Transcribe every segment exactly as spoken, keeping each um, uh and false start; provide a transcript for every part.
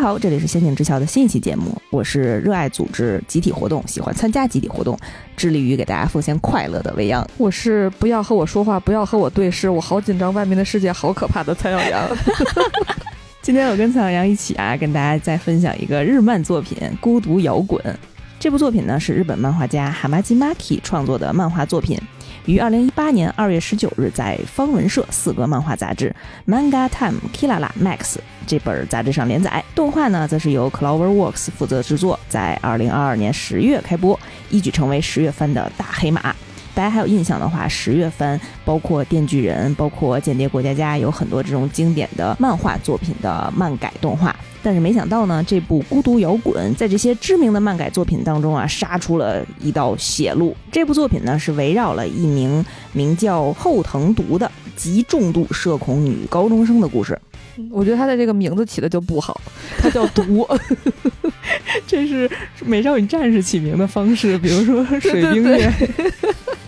好，这里是仙境之桥的新一期节目，我是热爱组织集体活动，喜欢参加集体活动，致力于给大家奉献快乐的未央。 我是不要和我说话，不要和我对视，我好紧张，外面的世界好可怕的蔡小阳。 今天我跟蔡小阳一起啊，跟大家再分享一个日漫作品《孤独摇滚》。这部作品呢是日本漫画家哈马吉马基创作的漫画作品，于二零一八年二月十九日在方文社四格漫画杂志 Manga Time Kirara Max 这本杂志上连载。动画呢则是由 Cloverworks 负责制作，在二零二二年十月开播，一举成为十月番的大黑马。大家还有印象的话，十月番包括电锯人，包括间谍过家家，有很多这种经典的漫画作品的漫改动画。但是没想到呢，这部孤独摇滚在这些知名的漫改作品当中啊，杀出了一道血路。这部作品呢是围绕了一名名叫后藤独的极重度社恐女高中生的故事。 我觉得他的这个名字起的就不好，他叫毒。 这是美少女战士起名的方式，比如说水冰月。对对对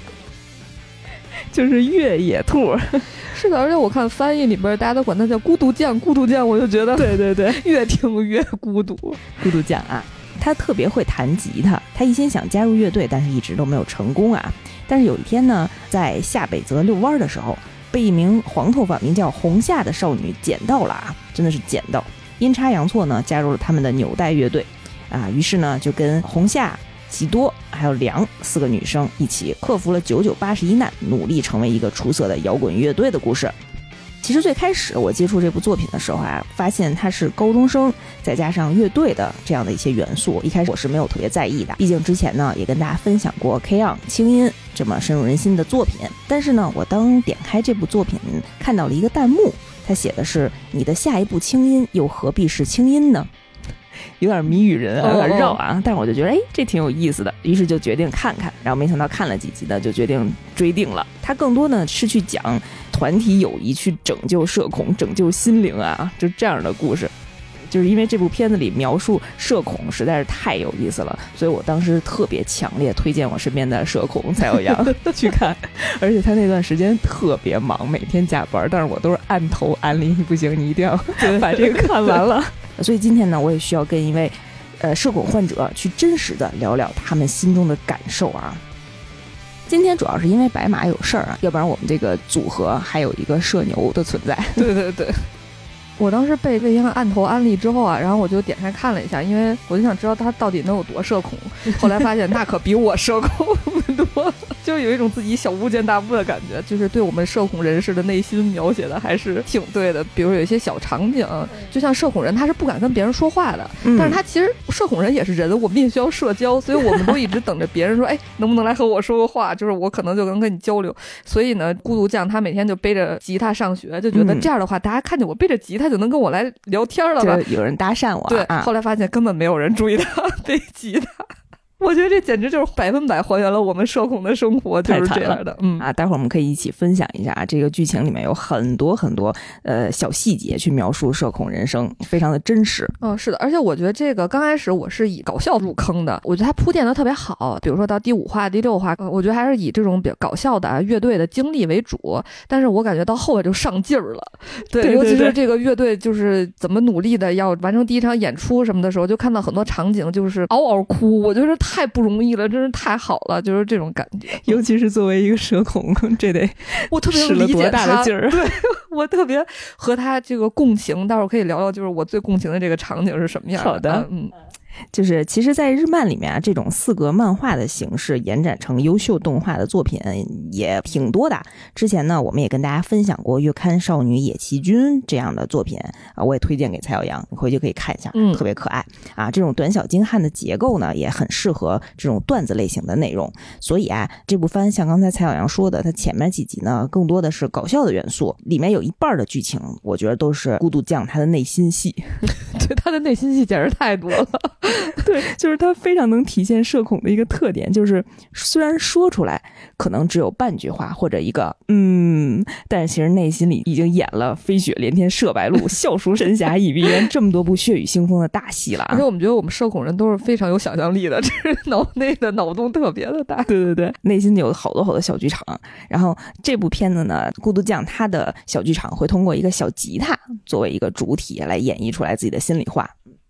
就是越野兔。 是的，而且我看翻译里边大家都管它叫孤独酱，孤独酱，我就觉得对对对， 越听越孤独。 孤独酱啊，他特别会弹吉他，他一心想加入乐队，但是一直都没有成功啊。但是有一天呢，在下北泽遛弯的时候，被一名黄头发名叫红夏的少女捡到了啊，真的是捡到，阴差阳错呢加入了他们的纽带乐队啊，于是呢就跟红夏、喜多还有梁四个女生一起克服了九九八十一难，努力成为一个出色的摇滚乐队的故事。其实最开始我接触这部作品的时候啊，发现它是高中生再加上乐队的这样的一些元素，一开始我是没有特别在意的，毕竟之前呢也跟大家分享过 K-On 轻音这么深入人心的作品。但是呢，我当点开这部作品看到了一个弹幕，它写的是你的下一部轻音又何必是轻音呢？有点谜语人啊，有点绕啊，但是我就觉得哎，这挺有意思的，于是就决定看看，然后没想到看了几集呢，就决定追定了。它更多呢是去讲团体友谊，去拯救社恐，拯救心灵啊，就这样的故事。就是因为这部片子里描述社恐实在是太有意思了，所以我当时特别强烈推荐我身边的社恐蔡小阳去看，而且他那段时间特别忙，每天加班，但是我都是按头安利，不行，你一定要把这个看完了。所以今天呢，我也需要跟一位呃社恐患者去真实的聊聊他们心中的感受啊。今天主要是因为白马有事儿啊，要不然我们这个组合还有一个社牛的存在。 对对对。我当时被魏央按头安利之后啊，然后我就点开看了一下，因为我就想知道他到底能有多社恐。后来发现那可比我社恐多，就有一种自己小巫见大巫的感觉，就是对我们社恐人士的内心描写的还是挺对的。比如有一些小场景，就像社恐人他是不敢跟别人说话的，嗯、但是他其实社恐人也是人，我们也需要社交，所以我们都一直等着别人说，哎，能不能来和我说个话？就是我可能就能跟你交流。所以呢，孤独酱他每天就背着吉他上学，就觉得这样的话，嗯、大家看见我背着吉他就能跟我来聊天了吧？ 就有人搭讪我。 对， 啊、 后来发现根本没有人注意他背吉他。我觉得这简直就是百分百还原了我们社恐的生活，就是这样的。嗯啊，待会儿我们可以一起分享一下这个剧情里面有很多很多呃小细节去描述社恐人生，非常的真实。 嗯，是的，而且我觉得这个刚开始我是以搞笑入坑的，我觉得它铺垫的特别好。比如说到第五话、第六话，我觉得还是以这种比较搞笑的、啊、乐队的经历为主，但是我感觉到后来就上劲儿了。对，对对对，尤其是这个乐队就是怎么努力的要完成第一场演出什么的时候，就看到很多场景就是嗷嗷哭，我觉得太不容易了，真是太好了，就是这种感觉。 尤其是作为一个社恐，这得我特别理解他，多大的劲儿。对，我特别和他这个共情，待会儿可以聊聊，就是我最共情的这个场景是什么样的。 好的，嗯。就是其实在日漫里面啊，这种四格漫画的形式延展成优秀动画的作品也挺多的。之前呢我们也跟大家分享过月刊少女野崎君这样的作品啊，我也推荐给蔡小阳，你回去可以看一下，嗯，特别可爱啊。这种短小精悍的结构呢也很适合这种段子类型的内容，所以啊这部番像刚才蔡小阳说的，它前面几集呢更多的是搞笑的元素，里面有一半的剧情我觉得都是孤独酱他的内心戏。 对，他的内心戏简直太多了。 对，就是他非常能体现社恐的一个特点，就是虽然说出来可能只有半句话或者一个嗯，但是其实内心里已经演了飞雪连天射白鹿，笑书神侠倚碧鸳这么多部血雨腥风的大戏了。 而且我们觉得我们社恐人都是非常有想象力的，这是脑内的脑洞特别的大。 对对对，内心有好多好多小剧场。然后这部片子呢，孤独酱他的小剧场会通过一个小吉他作为一个主体来演绎出来自己的心里话。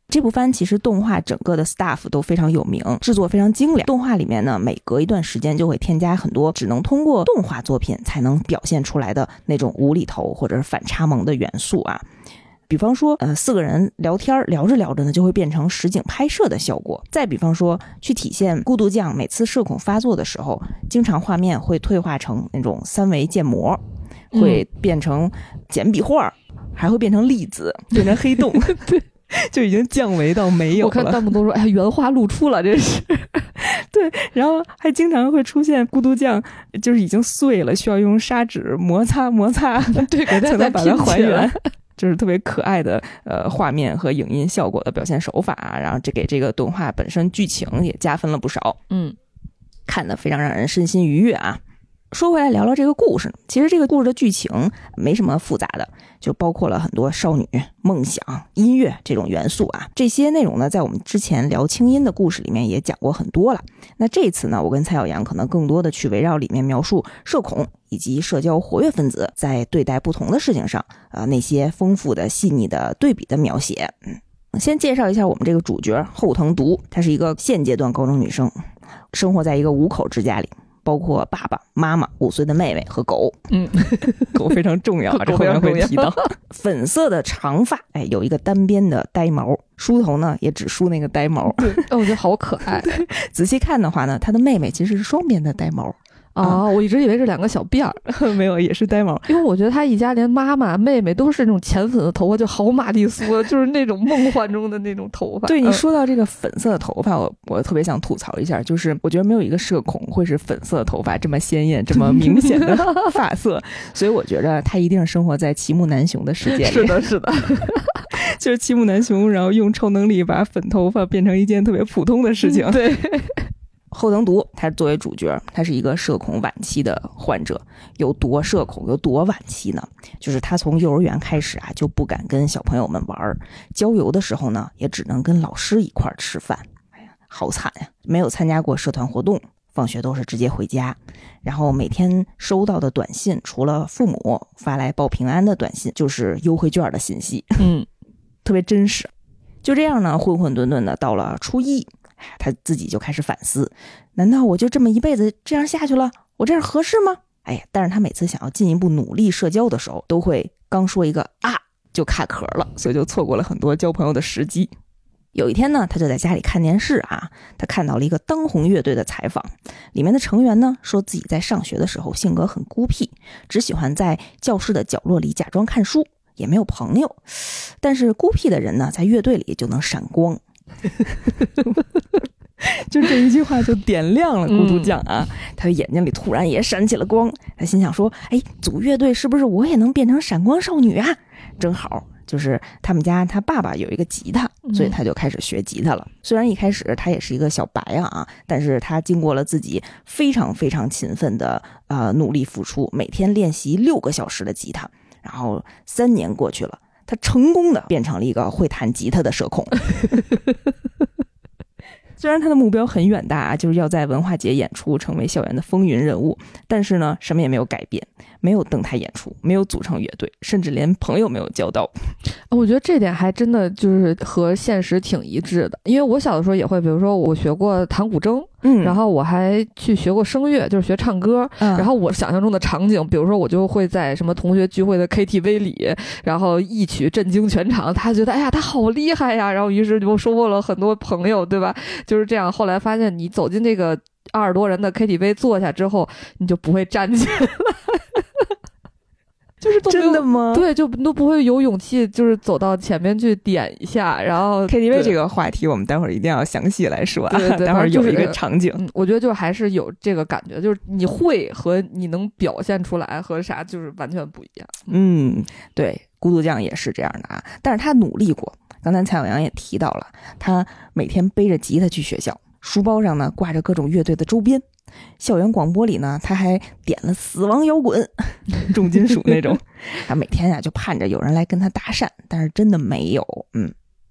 这部番其实动画整个的 staff 都非常有名，制作非常精良。动画里面呢，每隔一段时间就会添加很多只能通过动画作品才能表现出来的那种无厘头或者是反差萌的元素啊。比方说，呃，四个人聊天聊着聊着呢，就会变成实景拍摄的效果。再比方说，去体现孤独酱每次社恐发作的时候，经常画面会退化成那种三维建模，会变成简笔画，还会变成粒子，变成黑洞。对。就已经降维到没有了。 我看弹幕都说，哎呀，原画露出了，这是。 对，然后还经常会出现孤独酱，就是已经碎了，需要用砂纸摩擦摩擦， 对，给才能把它还原。就是特别可爱的呃画面和影音效果的表现手法，然后这给这个动画本身剧情也加分了不少。 嗯， 看得非常让人身心愉悦啊。说回来聊聊这个故事，其实这个故事的剧情没什么复杂的，就包括了很多少女、梦想、音乐这种元素啊。这些内容呢，在我们之前聊清音的故事里面也讲过很多了。那这次呢，我跟蔡小阳可能更多的去围绕里面描述社恐以及社交活跃分子在对待不同的事情上，呃，那些丰富的、细腻的对比的描写。嗯，先介绍一下我们这个主角后藤独，她是一个现阶段高中女生，生活在一个五口之家里。包括爸爸妈妈、五岁的妹妹和狗。 嗯， 狗非常重要，这后面会提到。粉色的长发，哎，有一个单边的呆毛，梳头呢也只梳那个呆毛。 对，哦，我觉得好可爱。 仔细看的话呢，他的妹妹其实是双边的呆毛。 啊、哦，我一直以为是两个小辫儿， 没有，也是呆毛。 因为我觉得他一家连妈妈、妹妹都是那种浅粉的头发，就好玛丽苏，就是那种梦幻中的那种头发。 对，你说到这个粉色的头发，我我特别想吐槽一下，就是我觉得没有一个社恐会是粉色的头发这么鲜艳、这么明显的发色，所以我觉得他一定是生活在齐木楠雄的世界里。 是的，是的。 就是齐木楠雄，然后用超能力把粉头发变成一件特别普通的事情。 嗯、对。 后藤独他作为主角，他是一个社恐晚期的患者。有多社恐有多晚期呢？就是他从幼儿园开始啊，就不敢跟小朋友们玩，郊游的时候呢，也只能跟老师一块吃饭。哎呀，好惨呀！没有参加过社团活动，放学都是直接回家，然后每天收到的短信，除了父母发来报平安的短信，就是优惠券的信息。 嗯， 特别真实。就这样呢，混混沌沌的到了初一，他自己就开始反思，难道我就这么一辈子这样下去了？我这样合适吗？哎，但是他每次想要进一步努力社交的时候，都会刚说一个啊就卡壳了，所以就错过了很多交朋友的时机。有一天呢，他就在家里看电视啊，他看到了一个当红乐队的采访，里面的成员呢说自己在上学的时候性格很孤僻，只喜欢在教室的角落里假装看书，也没有朋友。但是孤僻的人呢，在乐队里就能闪光。就这一句话就点亮了孤独酱啊、嗯、他的眼睛里突然也闪起了光，他心想说，哎，组乐队是不是我也能变成闪光少女啊？正好就是他们家他爸爸有一个吉他，所以他就开始学吉他了、嗯、虽然一开始他也是一个小白啊，但是他经过了自己非常非常勤奋的呃努力付出，每天练习六个小时的吉他，然后三年过去了，他成功的变成了一个会弹吉他的社恐。虽然他的目标很远大，就是要在文化节演出，成为校园的风云人物，但是呢，什么也没有改变，没有登台演出，没有组成乐队，甚至连朋友没有交到。 我觉得这点还真的就是和现实挺一致的，因为我小的时候也会，比如说我学过弹古筝，嗯，然后我还去学过声乐，就是学唱歌、嗯、然后我想象中的场景，比如说我就会在什么同学聚会的 K T V 里，然后一曲震惊全场，他觉得哎呀他好厉害呀，然后于是就收获了很多朋友，对吧？就是这样。后来发现你走进这个二十多人的 K T V 坐下之后，你就不会站起来。就是都真的吗？ 对，就都不会有勇气，就是走到前面去点一下。然后 K T V 这个话题，我们待会儿一定要详细来说啊。 对对， 待会儿有一个场景、 就是嗯，我觉得就还是有这个感觉，就是你会和你能表现出来和啥，就是完全不一样。 嗯，对，孤独酱也是这样的啊，但是他努力过。刚才蔡小阳也提到了，他每天背着吉他去学校，书包上呢挂着各种乐队的周边。校园广播里呢，他还点了死亡摇滚、重金属那种。他每天啊就盼着有人来跟他搭讪，但是真的没有。嗯，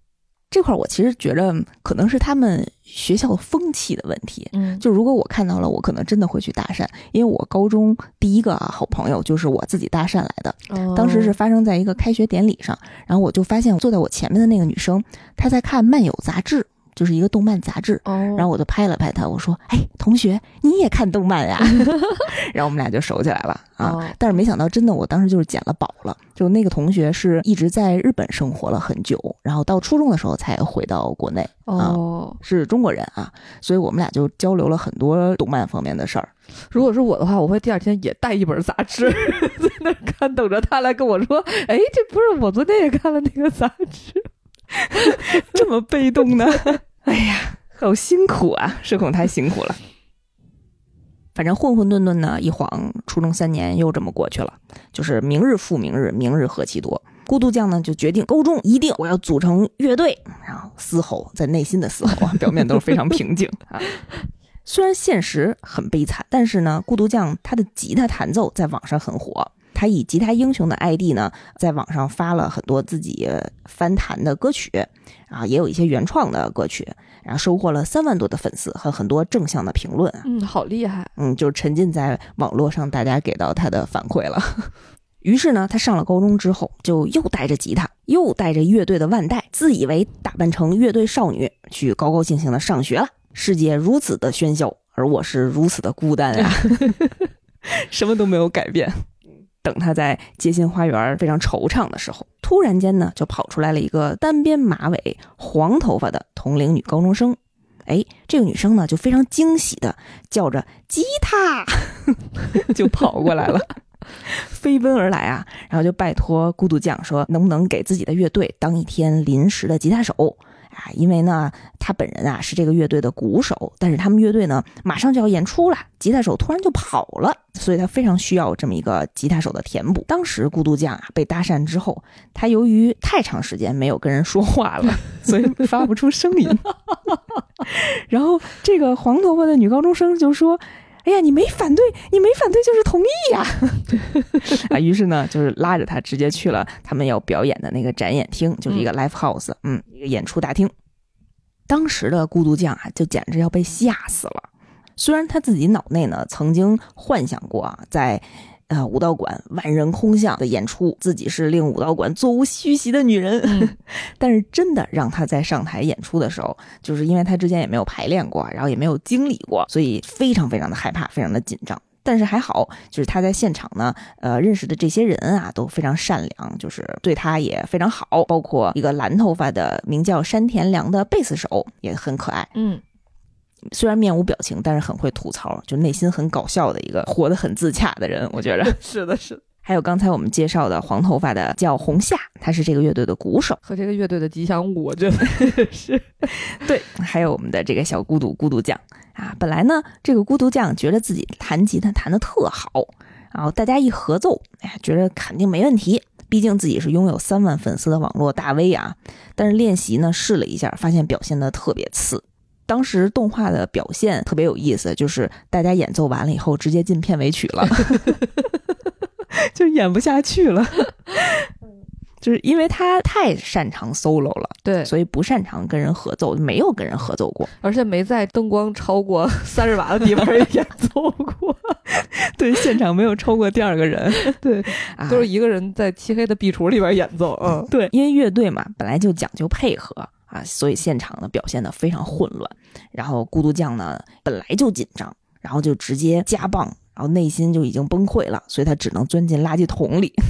这块我其实觉得可能是他们学校风气的问题。 嗯， 就如果我看到了，我可能真的会去搭讪，因为我高中第一个好朋友就是我自己搭讪来的。 哦、 当时是发生在一个开学典礼上，然后我就发现坐在我前面的那个女生，她在看漫友杂志，就是一个动漫杂志。 哦， 然后我就拍了拍她，我说：“哎，同学，你也看动漫呀？”然后我们俩就熟起来了啊。 哦、 但是没想到，真的，我当时就是捡了宝了。就那个同学是一直在日本生活了很久，然后到初中的时候才回到国内。 哦、 啊，是中国人啊，所以我们俩就交流了很多动漫方面的事儿。 如果是我的话，我会第二天也带一本杂志在那看，等着他来跟我说：“哎，这不是我昨天也看了那个杂志。” 这么被动呢？哎呀，好辛苦啊，社恐太辛苦了。反正混混沌沌呢，一晃初中三年又这么过去了，就是明日复明日，明日何其多。孤独酱呢就决定高中一定我要组成乐队，然后嘶吼，在内心的嘶吼啊，表面都是非常平静啊。虽然现实很悲惨，但是呢，孤独酱他的吉他弹奏在网上很火。他以吉他英雄的 I D 呢，在网上发了很多自己翻弹的歌曲啊，也有一些原创的歌曲，然后收获了三万多的粉丝和很多正向的评论。 嗯，好厉害。 嗯，就沉浸在网络上大家给到他的反馈了。于是呢，他上了高中之后，就又带着吉他，又带着乐队的腕带，自以为打扮成乐队少女，去高高兴兴的上学了。世界如此的喧嚣，而我是如此的孤单啊，什么都没有改变。等他在街心花园非常惆怅的时候，突然间呢，就跑出来了一个单边马尾、黄头发的同龄女高中生。哎，这个女生呢，就非常惊喜的叫着吉他，就跑过来了，飞奔而来啊！然后就拜托孤独酱说，能不能给自己的乐队当一天临时的吉他手啊？因为呢，他本人啊是这个乐队的鼓手，但是他们乐队呢马上就要演出了，吉他手突然就跑了，所以他非常需要这么一个吉他手的填补。当时孤独酱啊被搭讪之后，他由于太长时间没有跟人说话了，所以发不出声音。然后这个黄头发的女高中生就说：“哎呀，你没反对，你没反对就是同意呀！”啊，于是呢，就是拉着他直接去了他们要表演的那个展演厅，就是一个 live house， 嗯，一个演出大厅。当时的孤独酱啊，就简直要被吓死了。虽然他自己脑内呢曾经幻想过啊，在呃武道馆万人空巷的演出，自己是令武道馆座无虚席的女人，嗯、但是真的让他在上台演出的时候，就是因为他之前也没有排练过，然后也没有经历过，所以非常非常的害怕，非常的紧张。但是还好，就是他在现场呢，呃，认识的这些人啊都非常善良，就是对他也非常好，包括一个蓝头发的名叫山田良的贝斯手也很可爱。 嗯。 虽然面无表情，但是很会吐槽，就内心很搞笑的一个活得很自洽的人，我觉得是的，是的。 还有刚才我们介绍的黄头发的叫红夏，他是这个乐队的鼓手， 和这个乐队的吉祥物，我觉得是对。还有我们的这个小孤独孤独酱啊，本来呢，这个孤独酱觉得自己弹吉他弹得特好，然后大家一合奏，哎，觉得肯定没问题。毕竟自己是拥有三万粉丝的网络大 V 啊，但是练习呢试了一下，发现表现得特别次。当时动画的表现特别有意思，就是大家演奏完了以后直接进片尾曲了，就演不下去了。就是因为他太擅长 solo 了， 对， 所以不擅长跟人合奏，没有跟人合奏过， 而且没在灯光超过三十瓦的地方演奏过。 对，现场没有超过第二个人， 对，都是一个人在漆黑的壁橱里边演奏。嗯， 对，因为乐队嘛，本来就讲究配合啊，所以现场呢表现得非常混乱。然后孤独酱呢本来就紧张，然后就直接加棒，然后内心就已经崩溃了，所以他只能钻进垃圾桶里。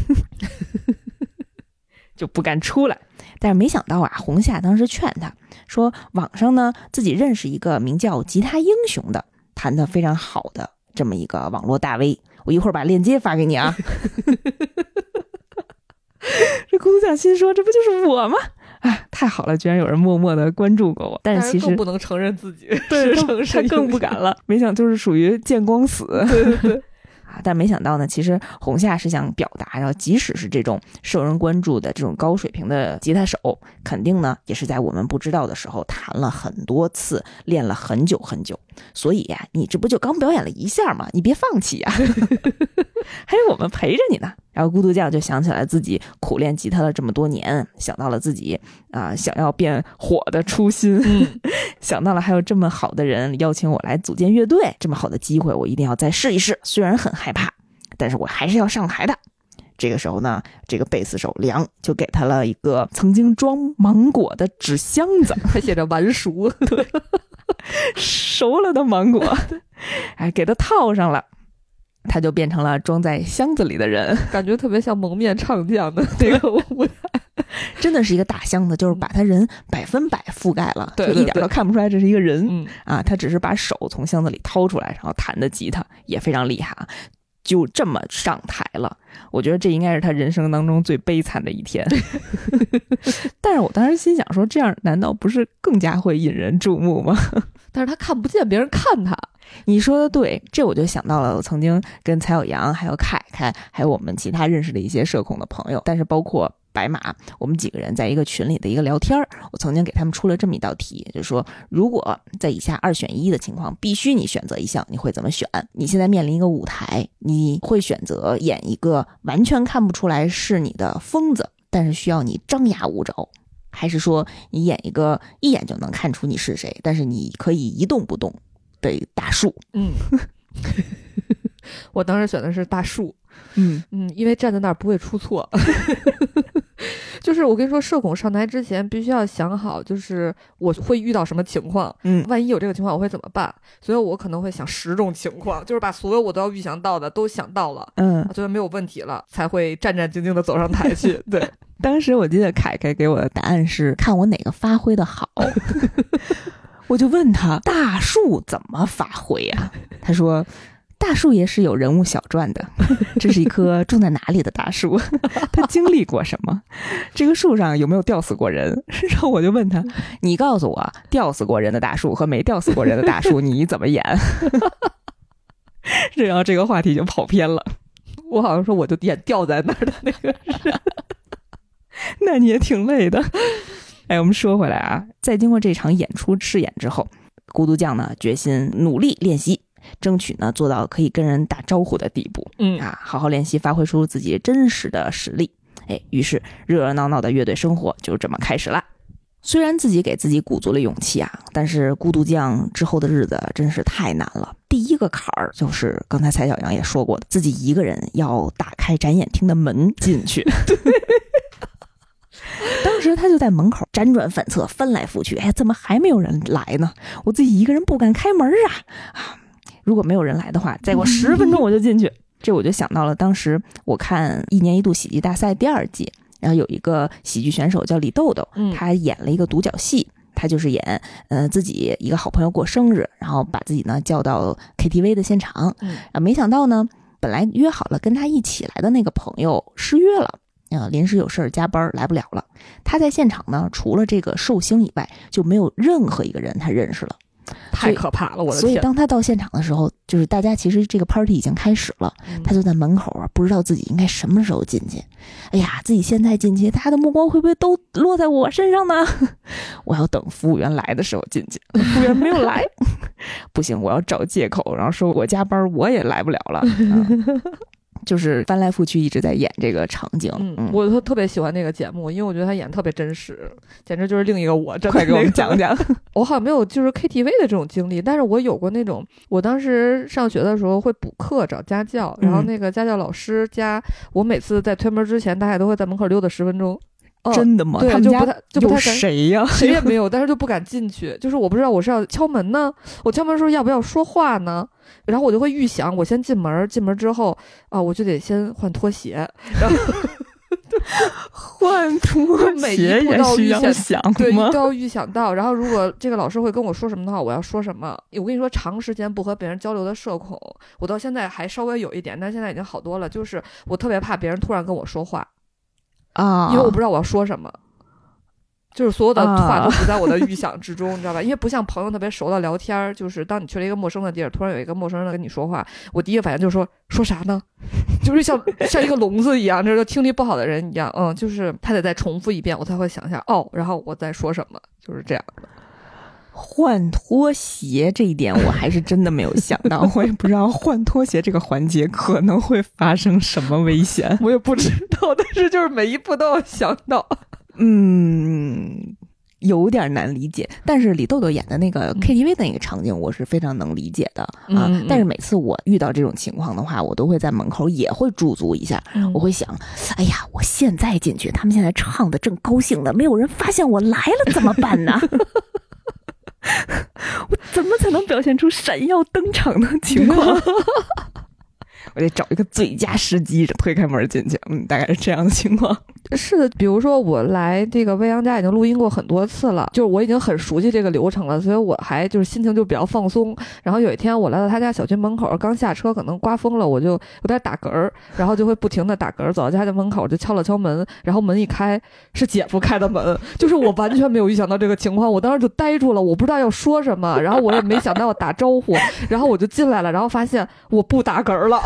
就不敢出来。但是没想到啊，红夏当时劝他说，网上呢自己认识一个名叫吉他英雄的，弹得非常好的这么一个网络大 V， 我一会儿把链接发给你啊。这孤独酱心说，这不就是我吗？啊，太好了，居然有人默默的关注过我。但是其实更不能承认自己对他更不敢了，没想就是属于见光死。对对对。啊，但没想到呢，其实红夏是想表达，然后即使是这种受人关注的这种高水平的吉他手，肯定呢也是在我们不知道的时候弹了很多次，练了很久很久。 所以呀、啊，你这不就刚表演了一下吗？你别放弃呀、啊，还有我们陪着你呢。然后孤独匠就想起来自己苦练吉他了这么多年，想到了自己啊、呃、想要变火的初心，嗯、想到了还有这么好的人邀请我来组建乐队，这么好的机会我一定要再试一试。虽然很害怕，但是我还是要上台的。这个时候呢，这个贝斯手梁就给他了一个曾经装芒果的纸箱子， 还写着完熟， 对，熟了的芒果，哎，给他套上了。他就变成了装在箱子里的人， 感觉特别像蒙面唱将的那个舞台， 真的是一个大箱子，就是把他人百分百覆盖了， 对对对， 就一点都看不出来这是一个人、 嗯、 啊，他只是把手从箱子里掏出来，然后弹的吉他也非常厉害，就这么上台了。我觉得这应该是他人生当中最悲惨的一天。但是我当时心想说，这样难道不是更加会引人注目吗？ 但是他看不见别人看他。 你说的对，这我就想到了我曾经跟蔡小阳还有凯凯还有我们其他认识的一些社恐的朋友，但是包括白马，我们几个人在一个群里的一个聊天，我曾经给他们出了这么一道题，就是说如果在以下二选一的情况必须你选择一项，你会怎么选？你现在面临一个舞台，你会选择演一个完全看不出来是你的疯子，但是需要你张牙舞爪，还是说你演一个一眼就能看出你是谁，但是你可以一动不动的大树？ 嗯，我当时选的是大树。 嗯嗯，因为站在那儿不会出错。就是我跟你说，社恐上台之前必须要想好，就是我会遇到什么情况， 嗯， 万一有这个情况我会怎么办，所以我可能会想十种情况，就是把所有我都要预想到的都想到了， 嗯， 觉得没有问题了，才会战战兢兢的走上台去。对， 当时我记得凯凯给我的答案是看我哪个发挥的好。我就问他大树怎么发挥啊？他说大树也是有人物小传的，这是一棵种在哪里的大树，它经历过什么，这个树上有没有吊死过人。然后我就问他，你告诉我吊死过人的大树和没吊死过人的大树你怎么演？然后这个话题就跑偏了， 我好像说我就演吊在那儿的那个人。 那你也挺累的。哎，我们说回来啊，在经过这场演出试演之后，孤独匠呢决心努力练习，争取呢做到可以跟人打招呼的地步。 嗯啊，好好练习，发挥出自己真实的实力。哎，于是热热闹闹的乐队生活就这么开始了。虽然自己给自己鼓足了勇气啊，但是孤独匠之后的日子真是太难了。第一个坎儿就是刚才蔡小阳也说过的，自己一个人要打开展演厅的门进去。对。当时他就在门口辗转反侧，翻来覆去，哎，怎么还没有人来呢？我自己一个人不敢开门啊！啊，如果没有人来的话，再过十分钟我就进去。这我就想到了当时我看一年一度喜剧大赛第二季，然后有一个喜剧选手叫李豆豆，他演了一个独角戏，他就是演呃自己一个好朋友过生日，然后把自己呢叫到 K T V 的现场，啊，没想到呢，本来约好了跟他一起来的那个朋友失约了。呃，临时有事加班来不了了。他在现场呢，除了这个寿星以外，就没有任何一个人他认识了， 太可怕了！我的天！ 所以当他到现场的时候，就是大家其实这个 party 已经开始了，嗯、他就在门口啊，不知道自己应该什么时候进去。哎呀，自己现在进去，大家的目光会不会都落在我身上呢？我要等服务员来的时候进去，服务员没有来，不行，我要找借口，然后说我加班，我也来不了了。嗯就是翻来覆去一直在演这个场景。 嗯，嗯我特特别喜欢那个节目，因为我觉得他演特别真实，简直就是另一个我。 快给我们讲讲。 我好像没有就是 K T V 的这种经历，但是我有过那种，我当时上学的时候会补课找家教，然后那个家教老师加我每次在推门之前，大概都会在门口溜达十分钟。 哦、真的吗？ 对， 他们家就不太就不太敢谁呀、啊？ 谁也没有，但是就不敢进去。就是我不知道我是要敲门呢，我敲门的时候要不要说话呢？然后我就会预想，我先进门，进门之后啊、呃，我就得先换拖鞋，然后换拖鞋也需要想吗？ 对，都要预想到。然后如果这个老师会跟我说什么的话，我要说什么？我跟你说，长时间不和别人交流的社恐，我到现在还稍微有一点，但现在已经好多了。就是我特别怕别人突然跟我说话。 啊， 因为我不知道我要说什么，就是所有的话都不在我的预想之中，啊、你知道吧？因为不像朋友特别熟的聊天，就是当你去了一个陌生的地儿，突然有一个陌生人跟你说话，我第一个反应就是说说啥呢？就是像像一个聋子一样，就是听力不好的人一样，嗯，就是他得再重复一遍，我才会想一下哦，然后我再说什么，就是这样的。 换拖鞋这一点我还是真的没有想到，我也不知道换拖鞋这个环节可能会发生什么危险， 我也不知道，但是就是每一步都要想到。 嗯，有点难理解，但是李豆豆演的那个 K T V 的那个场景我是非常能理解的、嗯、啊、嗯嗯。但是每次我遇到这种情况的话，我都会在门口也会驻足一下、嗯、我会想，哎呀，我现在进去，他们现在唱的正高兴的，没有人发现我来了怎么办呢？我怎么才能表现出闪耀登场的情况？我得找一个最佳时机推开门进去，嗯，大概是这样的情况。 是的，比如说我来这个未央家已经录音过很多次了，就是我已经很熟悉这个流程了，所以我还就是心情就比较放松。然后有一天我来到他家小区门口，刚下车，可能刮风了，我就有点打嗝儿，然后就会不停的打嗝儿，走到家的门口就敲了敲门，然后门一开是姐夫开的门，就是我完全没有预想到这个情况，我当时就呆住了，我不知道要说什么，然后我也没想到要打招呼，然后我就进来了，然后发现我不打嗝了。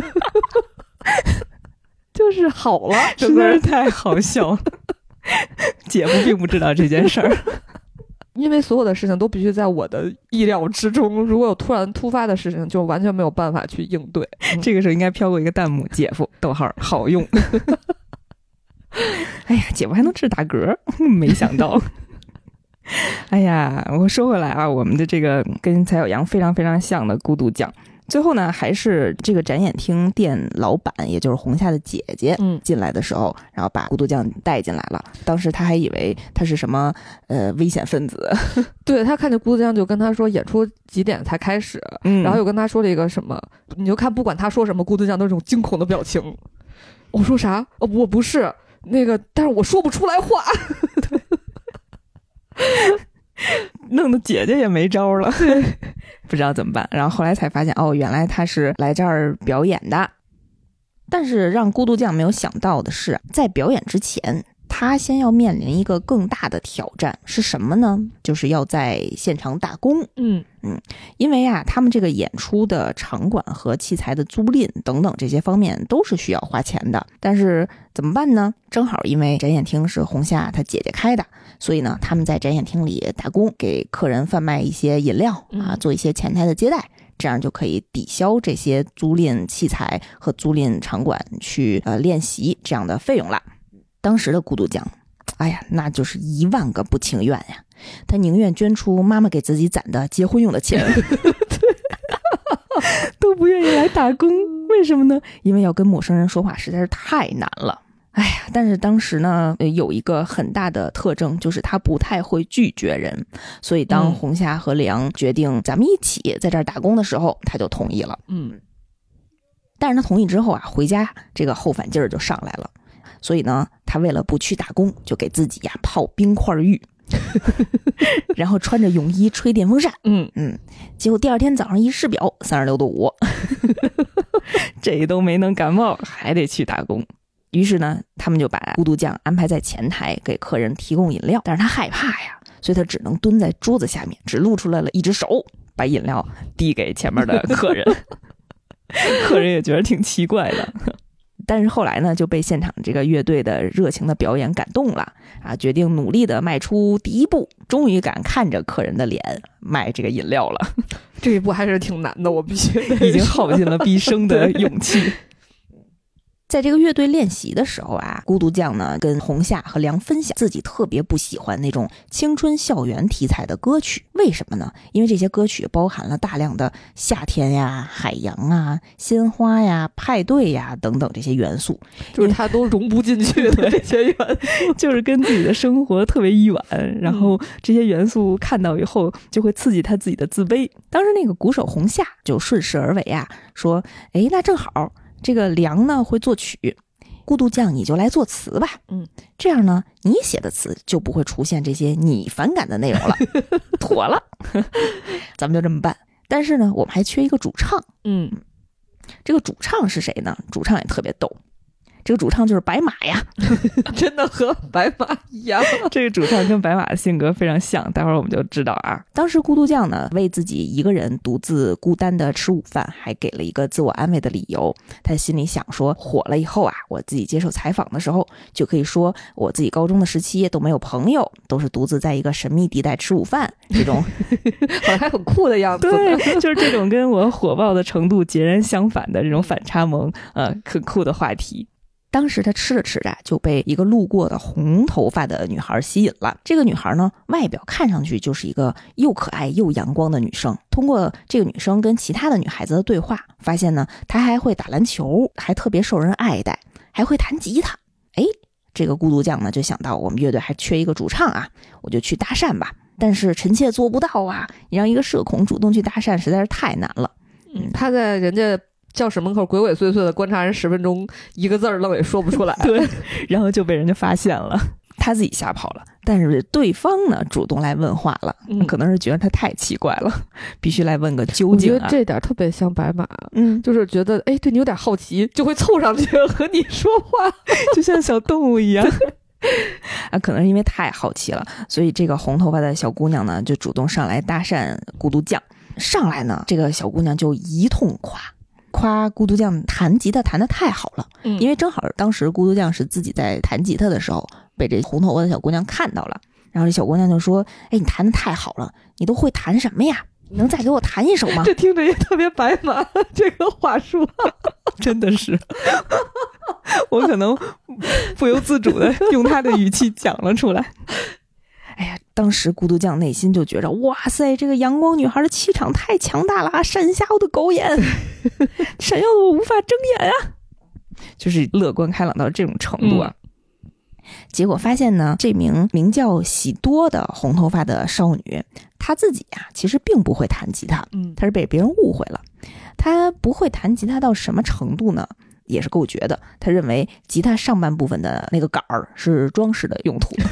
就是好了， 实在是太好笑了。姐夫并不知道这件事儿， 因为所有的事情都必须在我的意料之中，如果有突然突发的事情，就完全没有办法去应对。 嗯、这个时候应该飘过一个弹幕：姐夫逗号好用。哎呀，姐夫还能治打嗝，没想到。哎呀，我说回来啊，我们的这个跟蔡小阳非常非常像的孤独酱。最后呢，还是这个展演厅店老板，也就是红夏的姐姐进来的时候、嗯、然后把孤独酱带进来了。当时他还以为他是什么呃危险分子， 对，他看见孤独酱就跟他说演出几点才开始、嗯、然后又跟他说了一个什么，你就看不管他说什么，孤独酱都是这种惊恐的表情。我说啥？哦，我不是那个，但是我说不出来话。 弄得姐姐也没招了，不知道怎么办。然后后来才发现，哦，原来他是来这儿表演的。但是让孤独酱没有想到的是，在表演之前，他先要面临一个更大的挑战，是什么呢？就是要在现场打工。嗯嗯，因为啊，他们这个演出的场馆和器材的租赁等等这些方面都是需要花钱的。但是怎么办呢？正好因为展演厅是红夏他姐姐开的，所以呢，他们在展演厅里打工，给客人贩卖一些饮料啊，做一些前台的接待。这样就可以抵消这些租赁器材和租赁场馆去呃练习这样的费用了。当时的孤独酱，哎呀，那就是一万个不情愿呀！他宁愿捐出妈妈给自己攒的结婚用的钱，都不愿意来打工。为什么呢？因为要跟陌生人说话实在是太难了。哎呀，但是当时呢，有一个很大的特征，就是他不太会拒绝人，所以当红夏和梁决定咱们一起在这儿打工的时候，他就同意了。嗯，但是他同意之后啊，回家这个后反劲儿就上来了，所以呢，他为了不去打工，就给自己呀泡冰块浴，然后穿着泳衣吹电风扇。嗯嗯，结果第二天早上一试表，三十六度五，这都没能感冒，还得去打工。于是呢，他们就把孤独酱安排在前台给客人提供饮料，但是他害怕呀，所以他只能蹲在桌子下面，只露出来了一只手，把饮料递给前面的客人。客人也觉得挺奇怪的，但是后来呢，就被现场这个乐队的热情的表演感动了啊，决定努力的迈出第一步，终于敢看着客人的脸卖这个饮料了。 这一步还是挺难的，我必须已经耗尽了毕生的勇气。在这个乐队练习的时候啊，孤独酱呢跟红夏和梁分享自己特别不喜欢那种青春校园题材的歌曲。为什么呢？因为这些歌曲包含了大量的夏天呀、海洋啊、鲜花呀、派对呀等等这些元素， 就是他都融不进去的这些元素， 就是跟自己的生活特别远，然后这些元素看到以后就会刺激他自己的自卑。当时那个鼓手红夏就顺势而为啊，说诶，那正好这个梁呢会作曲，孤独酱你就来作词吧。嗯，这样呢你写的词就不会出现这些你反感的内容了。妥了。咱们就这么办。但是呢我们还缺一个主唱。嗯，这个主唱是谁呢？主唱也特别逗， 这个主唱就是白马呀， 真的和白马一样。 这个主唱跟白马的性格非常像，待会儿我们就知道啊。当时孤独酱呢，为自己一个人独自孤单的吃午饭，还给了一个自我安慰的理由。他心里想说，火了以后啊，我自己接受采访的时候，就可以说我自己高中的时期都没有朋友，都是独自在一个神秘地带吃午饭，这种好像还很酷的样子。 对，就是这种跟我火爆的程度截然相反的这种反差萌，呃，很酷的话题。当时他吃着吃着就被一个路过的红头发的女孩吸引了。这个女孩呢，外表看上去就是一个又可爱又阳光的女生。通过这个女生跟其他的女孩子的对话，发现呢，她还会打篮球，还特别受人爱戴，还会弹吉他。哎，这个孤独酱呢就想到我们乐队还缺一个主唱啊，我就去搭讪吧。但是臣妾做不到啊，你让一个社恐主动去搭讪实在是太难了。 嗯，他在人家教室门口鬼鬼祟祟的观察人十分钟，一个字儿愣也说不出来。 对，然后就被人家发现了，他自己吓跑了，但是对方呢主动来问话了，嗯、可能是觉得他太奇怪了，必须来问个究竟、啊。 我觉得这点特别像白马， 嗯， 就是觉得哎对你有点好奇，就会凑上去和你说话， 就像小动物一样。啊，可能是因为太好奇了，所以这个红头发的小姑娘呢就主动上来搭讪孤独酱。上来呢，这个小姑娘就一通夸。夸孤独酱弹吉他弹得太好了、嗯、因为正好当时孤独酱是自己在弹吉他的时候被这红头发的小姑娘看到了，然后这小姑娘就说，哎，你弹得太好了，你都会弹什么呀？能再给我弹一首吗？ 这听着也特别白马，这个话术真的是我可能不由自主的用他的语气讲了出来。哎呀，当时孤独酱内心就觉着，哇塞，这个阳光女孩的气场太强大了啊，闪瞎我的狗眼，闪耀的我无法睁眼啊，就是乐观开朗到这种程度啊。嗯、结果发现呢，这名名叫喜多的红头发的少女，她自己啊其实并不会弹吉他，嗯，她是被别人误会了。她不会弹吉他到什么程度呢？也是够绝的。他认为吉他上半部分的那个杆儿是装饰的用途，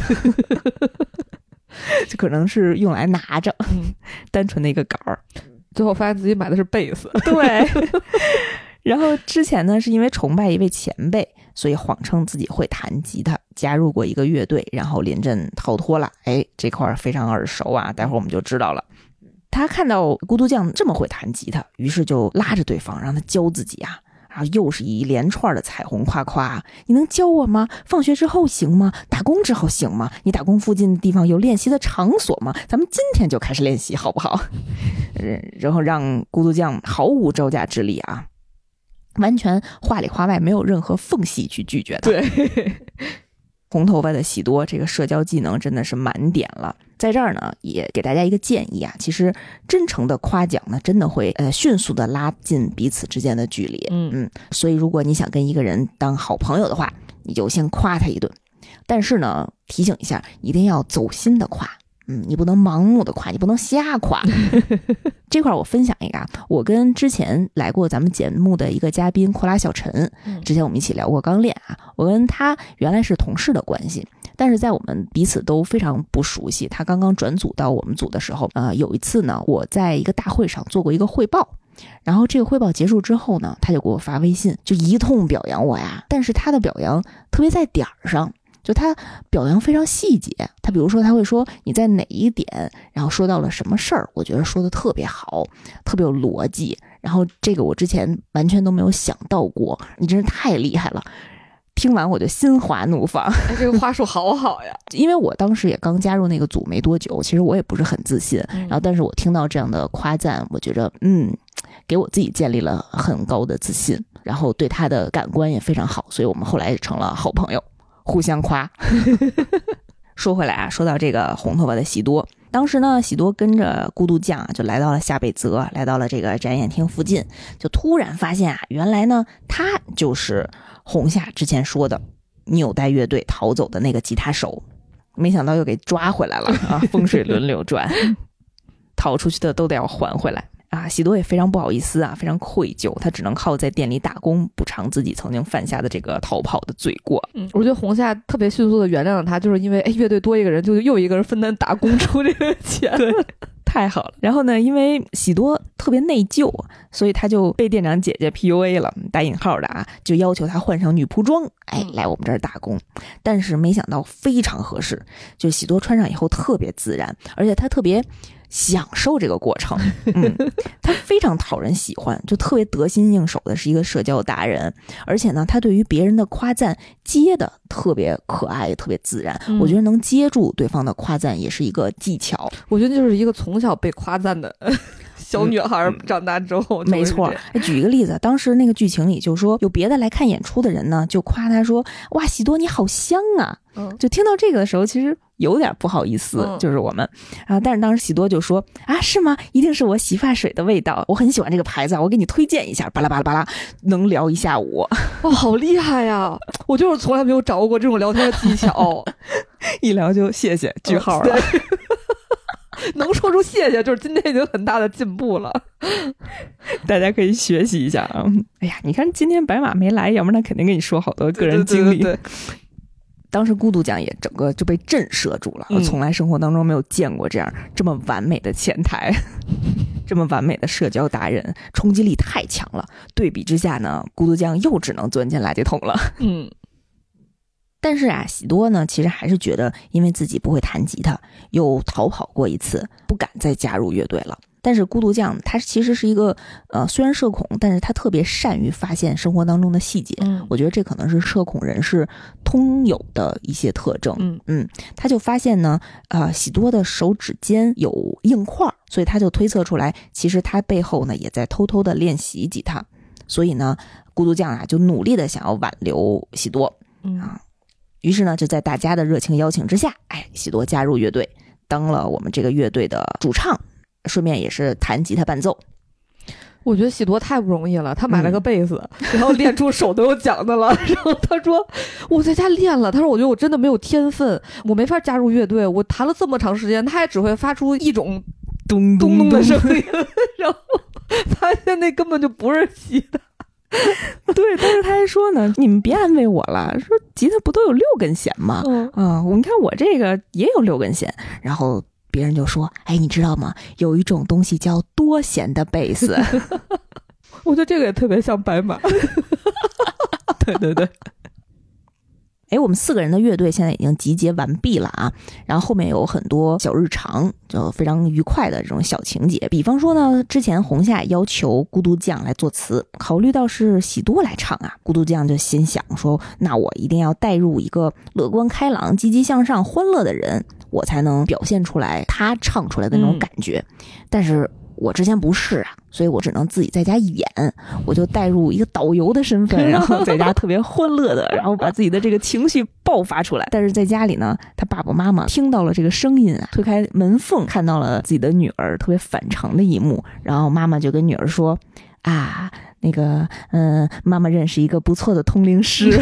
就可能是用来拿着，嗯、单纯的一个杆儿。 最后发现自己买的是贝斯， 对。然后之前呢，是因为崇拜一位前辈，所以谎称自己会弹吉他，加入过一个乐队，然后临阵逃脱了。哎，这块非常耳熟啊，待会儿我们就知道了。他看到孤独酱这么会弹吉他，于是就拉着对方让他教自己啊。然后又是一连串的彩虹夸夸，你能教我吗？放学之后行吗？打工之后行吗？你打工附近的地方有练习的场所吗？咱们今天就开始练习好不好？然后让孤独酱毫无招架之力啊，完全话里话外没有任何缝隙去拒绝他。 对。 红头发的喜多这个社交技能真的是满点了。在这儿呢，也给大家一个建议啊，其实真诚的夸奖呢，真的会呃迅速的拉近彼此之间的距离。嗯嗯，所以如果你想跟一个人当好朋友的话，你就先夸他一顿。但是呢，提醒一下，一定要走心的夸。嗯，你不能盲目的夸，你不能瞎夸。这块我分享一个啊，我跟之前来过咱们节目的一个嘉宾库拉小陈，之前我们一起聊过钢炼啊，我跟他原来是同事的关系，但是在我们彼此都非常不熟悉，他刚刚转组到我们组的时候，呃，有一次呢，我在一个大会上做过一个汇报，然后这个汇报结束之后呢，他就给我发微信，就一通表扬我呀，但是他的表扬特别在点儿上。就他表扬非常细节，他比如说他会说你在哪一点，然后说到了什么事儿，我觉得说的特别好，特别有逻辑，然后这个我之前完全都没有想到过，你真是太厉害了。听完我就心花怒放， 哎，这个话术好好呀！ 因为我当时也刚加入那个组没多久，其实我也不是很自信，嗯、然后但是我听到这样的夸赞，我觉得嗯，给我自己建立了很高的自信，然后对他的感官也非常好，所以我们后来也成了好朋友。互相夸。说回来啊，说到这个红头发的喜多，当时呢，喜多跟着孤独酱就来到了夏贝泽，来到了这个展演厅附近，就突然发现啊，原来呢，他就是红夏之前说的纽带乐队逃走的那个吉他手，没想到又给抓回来了啊！风水轮流转，逃出去的都得要还回来。啊，喜多也非常不好意思啊，非常愧疚，他只能靠在店里打工补偿自己曾经犯下的这个逃跑的罪过。 嗯，我觉得红夏特别迅速的原谅了他，就是因为哎，乐队多一个人，就又一个人分担打工出这个钱。 对，太好了。然后呢，因为喜多特别内疚，所以他就被店长姐姐 P U A 了，打引号的啊，就要求他换上女仆装，哎，来我们这儿打工。但是没想到非常合适，就喜多穿上以后特别自然，而且他特别享受这个过程，嗯，他非常讨人喜欢，就特别得心应手的是一个社交达人，而且呢，他对于别人的夸赞接的特别可爱，特别自然。嗯、我觉得能接住对方的夸赞也是一个技巧。 我觉得就是一个从小被夸赞的小女孩长大之后、嗯， 没错。举一个例子，当时那个剧情里就说，有别的来看演出的人呢，就夸他说：“哇，喜多你好香啊！”嗯，就听到这个的时候，其实有点不好意思，嗯、就是我们啊，但是当时喜多就说啊，是吗？一定是我洗发水的味道，我很喜欢这个牌子，我给你推荐一下，巴拉巴拉巴拉，能聊一下午。 哇、哦，好厉害呀！我就是从来没有掌握过这种聊天的技巧， 一聊就谢谢句号了。 嗯能说出谢谢，就是今天已经很大的进步了， 大家可以学习一下啊！哎呀，你看今天白马没来，要不然他肯定跟你说好多个人经历。 对对对对， 当时孤独酱也整个就被震慑住了，我从来生活当中没有见过这样这么完美的前台，这么完美的社交达人，冲击力太强了。对比之下呢，孤独酱又只能钻进垃圾桶了。 嗯。 但是啊，喜多呢，其实还是觉得，因为自己不会弹吉他，又逃跑过一次，不敢再加入乐队了。但是孤独酱他其实是一个，呃，虽然社恐，但是他特别善于发现生活当中的细节。嗯，我觉得这可能是社恐人士通有的一些特征。嗯嗯，他就发现呢，呃，喜多的手指间有硬块，所以他就推测出来，其实他背后呢也在偷偷的练习吉他。所以呢，孤独酱啊就努力的想要挽留喜多。嗯啊。于是呢，就在大家的热情邀请之下，哎，喜多加入乐队，当了我们这个乐队的主唱，顺便也是弹吉他伴奏。 我觉得喜多太不容易了，他买了个贝斯，嗯、然后练出手都有奖的了。然后他说我在家练了，他说我觉得我真的没有天分，我没法加入乐队。我弹了这么长时间，他也只会发出一种咚咚咚的声音，然后发现那根本就不是吉他。 对，但是他还说呢，你们别安慰我了，说吉他不都有六根弦吗？嗯啊，你看我这个也有六根弦。然后别人就说，哎，你知道吗？有一种东西叫多弦的贝斯。 我觉得这个也特别像白马。 对对对。哎，我们四个人的乐队现在已经集结完毕了啊，然后后面有很多小日常，就非常愉快的这种小情节。比方说呢，之前红夏要求孤独酱来作词，考虑到是喜多来唱啊，孤独酱就心想说，那我一定要带入一个乐观开朗、积极向上、欢乐的人，我才能表现出来他唱出来的那种感觉。嗯、但是我之前不是啊，所以我只能自己在家演，我就带入一个导游的身份，然后在家特别欢乐的，然后把自己的这个情绪爆发出来。但是在家里呢，他爸爸妈妈听到了这个声音啊，推开门缝看到了自己的女儿特别反常的一幕，然后妈妈就跟女儿说啊，那个嗯、呃，妈妈认识一个不错的通灵师。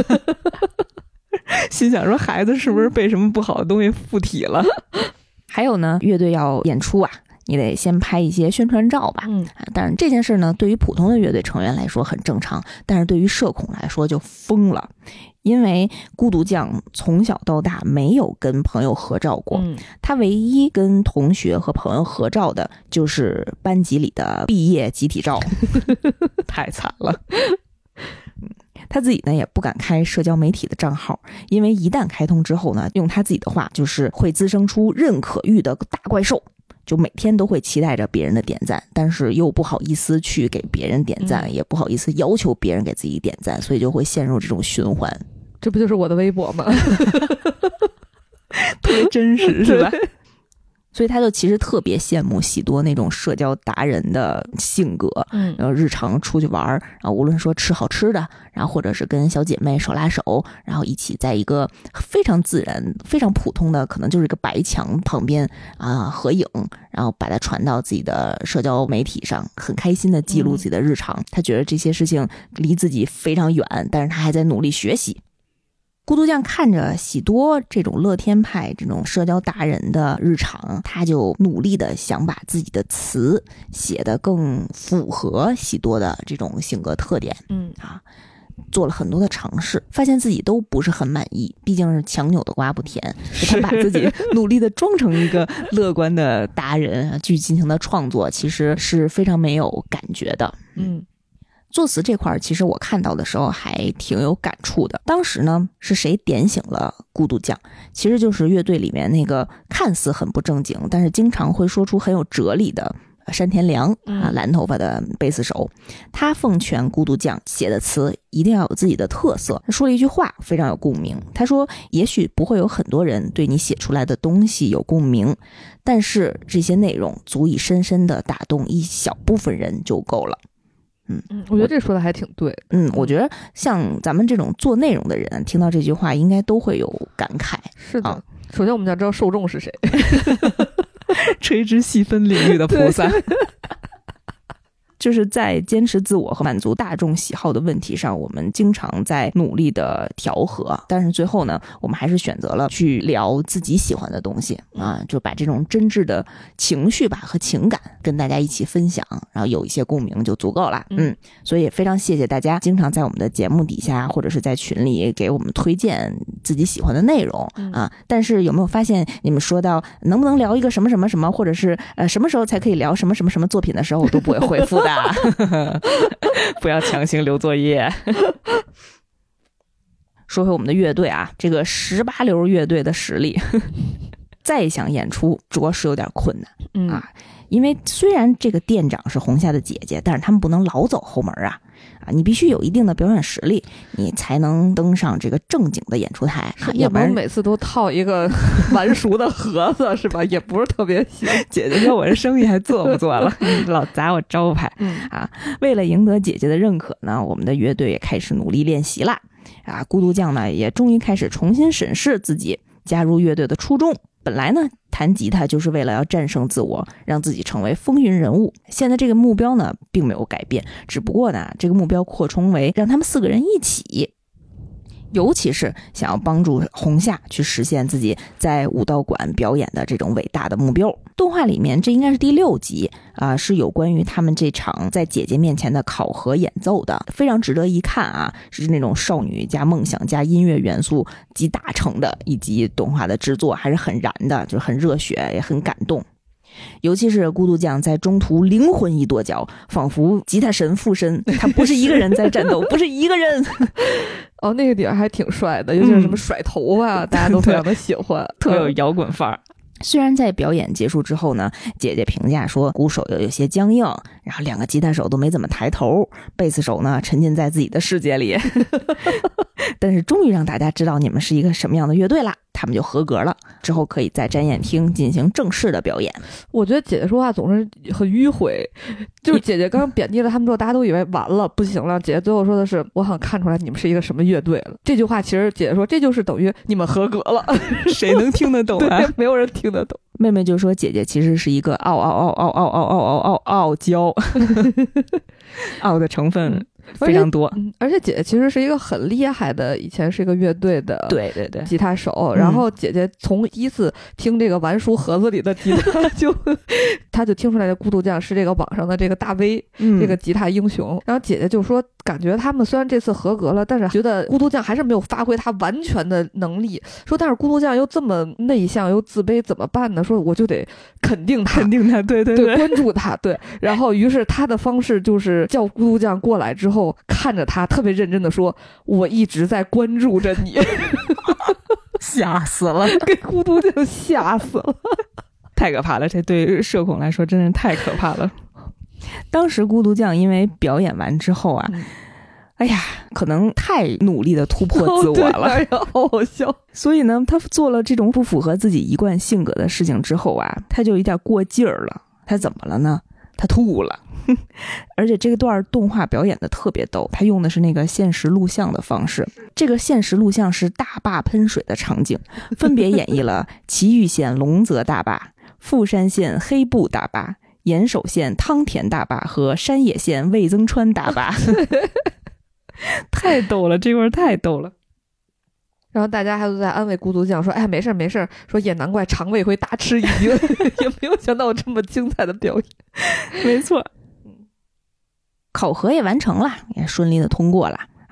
心想说孩子是不是被什么不好的东西附体了？还有呢，乐队要演出啊，你得先拍一些宣传照吧。嗯，但是这件事呢，对于普通的乐队成员来说很正常，但是对于社恐来说就疯了。因为孤独酱从小到大没有跟朋友合照过，嗯、他唯一跟同学和朋友合照的就是班级里的毕业集体照。太惨了。他自己呢也不敢开社交媒体的账号，因为一旦开通之后呢，用他自己的话就是会滋生出任可遇的大怪兽，就每天都会期待着别人的点赞，但是又不好意思去给别人点赞，嗯、也不好意思要求别人给自己点赞，所以就会陷入这种循环。 这不就是我的微博吗？ 特别真实是吧？所以他就其实特别羡慕喜多那种社交达人的性格，嗯，然后日常出去玩，然后无论说吃好吃的，然后或者是跟小姐妹手拉手，然后一起在一个非常自然、非常普通的，可能就是一个白墙旁边啊、呃、合影，然后把它传到自己的社交媒体上，很开心的记录自己的日常。嗯、他觉得这些事情离自己非常远，但是他还在努力学习。孤独酱看着喜多这种乐天派这种社交达人的日常，他就努力的想把自己的词写得更符合喜多的这种性格特点。嗯啊， 做了很多的尝试，发现自己都不是很满意，毕竟是强扭的瓜不甜，他把自己努力的装成一个乐观的达人去进行的创作，其实是非常没有感觉的。 嗯， 作词这块其实我看到的时候还挺有感触的。当时呢是谁点醒了孤独酱？其实就是乐队里面那个看似很不正经但是经常会说出很有哲理的山田良啊，蓝头发的贝斯手，他奉劝孤独酱写的词一定要有自己的特色。他说了一句话非常有共鸣，他说也许不会有很多人对你写出来的东西有共鸣，但是这些内容足以深深地打动一小部分人就够了。嗯， 我觉得这说的还挺对。 嗯，我觉得像咱们这种做内容的人听到这句话应该都会有感慨。 是的、 啊、 首先我们要知道受众是谁垂直细分领域的菩萨就是在坚持自我和满足大众喜好的问题上，我们经常在努力的调和，但是最后呢，我们还是选择了去聊自己喜欢的东西啊，就把这种真挚的情绪吧和情感跟大家一起分享，然后有一些共鸣就足够了。嗯，所以非常谢谢大家经常在我们的节目底下或者是在群里给我们推荐自己喜欢的内容啊。但是有没有发现你们说到能不能聊一个什么什么什么，或者是呃什么时候才可以聊什么什么什么作品的时候，我都不会回复的。不要强行留作业。说回我们的乐队啊，这个十八流乐队的实力再想演出着实有点困难、嗯、啊，因为虽然这个店长是红夏的姐姐，但是他们不能老走后门啊啊，你必须有一定的表演实力，你才能登上这个正经的演出台啊， 要不然每次都套一个完熟的盒子是吧？也不是特别行。 姐姐说我这生意还做不做了？老砸我招牌、嗯、啊！为了赢得姐姐的认可呢，我们的乐队也开始努力练习啦。啊，孤独酱呢也终于开始重新审视自己加入乐队的初衷。本来呢，弹吉他就是为了要战胜自我，让自己成为风云人物。现在这个目标呢，并没有改变，只不过呢，这个目标扩充为让他们四个人一起，尤其是想要帮助红夏去实现自己在武道馆表演的这种伟大的目标。动画里面这应该是第六集啊、呃，是有关于他们这场在姐姐面前的考核演奏的，非常值得一看啊，是那种少女加梦想加音乐元素集大成的一集动画的制作，还是很燃的，就是很热血也很感动。尤其是孤独酱在中途灵魂一跺脚，仿佛吉他神附身，他不是一个人在战斗不是一个人哦，那个点还挺帅的，尤其是什么甩头啊、嗯、大家都非常的喜欢特有摇滚范儿。虽然在表演结束之后呢，姐姐评价说鼓手有些僵硬，然后两个吉他手都没怎么抬头，贝斯手呢沉浸在自己的世界里但是终于让大家知道你们是一个什么样的乐队啦，他们就合格了，之后可以在展演厅进行正式的表演。 我觉得姐姐说话总是很迂回，就是姐姐刚贬低了他们之后，大家都以为完了不行了，姐姐最后说的是我好像看出来你们是一个什么乐队了。这句话其实姐姐说这就是等于你们合格了谁能听得懂啊？ 对，没有人听得懂。 妹妹就说姐姐其实是一个傲傲傲傲傲傲傲傲傲傲娇傲的成分非常多、 嗯、而且姐姐其实是一个很厉害的，以前是一个乐队的对对对吉他手、嗯、然后姐姐从第一次听这个完熟盒子里的吉他就她就听出来的孤独酱是这个网上的这个大 V、嗯、这个吉他英雄，然后姐姐就说感觉他们虽然这次合格了，但是觉得孤独酱还是没有发挥他完全的能力，说但是孤独酱又这么内向又自卑怎么办呢，说我就得肯定他肯定他对对 对, 对关注他对，然后于是他的方式就是叫孤独酱过来之后看着他特别认真的说我一直在关注着你吓死了给孤独酱吓死了太可怕了，这对社恐来说真是太可怕了。当时孤独酱因为表演完之后啊、嗯、哎呀可能太努力的突破自我了、哦哎、好好笑， 所以呢他做了这种不符合自己一贯性格的事情之后啊，他就有点过劲儿了。他怎么了呢？他吐了而且这个段动画表演的特别逗，他用的是那个现实录像的方式，这个现实录像是大坝喷水的场景，分别演绎了祁玉县龙泽大坝、富山县黑布大坝、岩手县汤田大坝和山野县味增川大坝太逗了，这块太逗了。 然后大家还都在安慰孤独酱说哎没事没事，说也难怪肠胃会大吃一惊也没有想到有这么精彩的表演没错， 考核也完成了，也顺利的通过了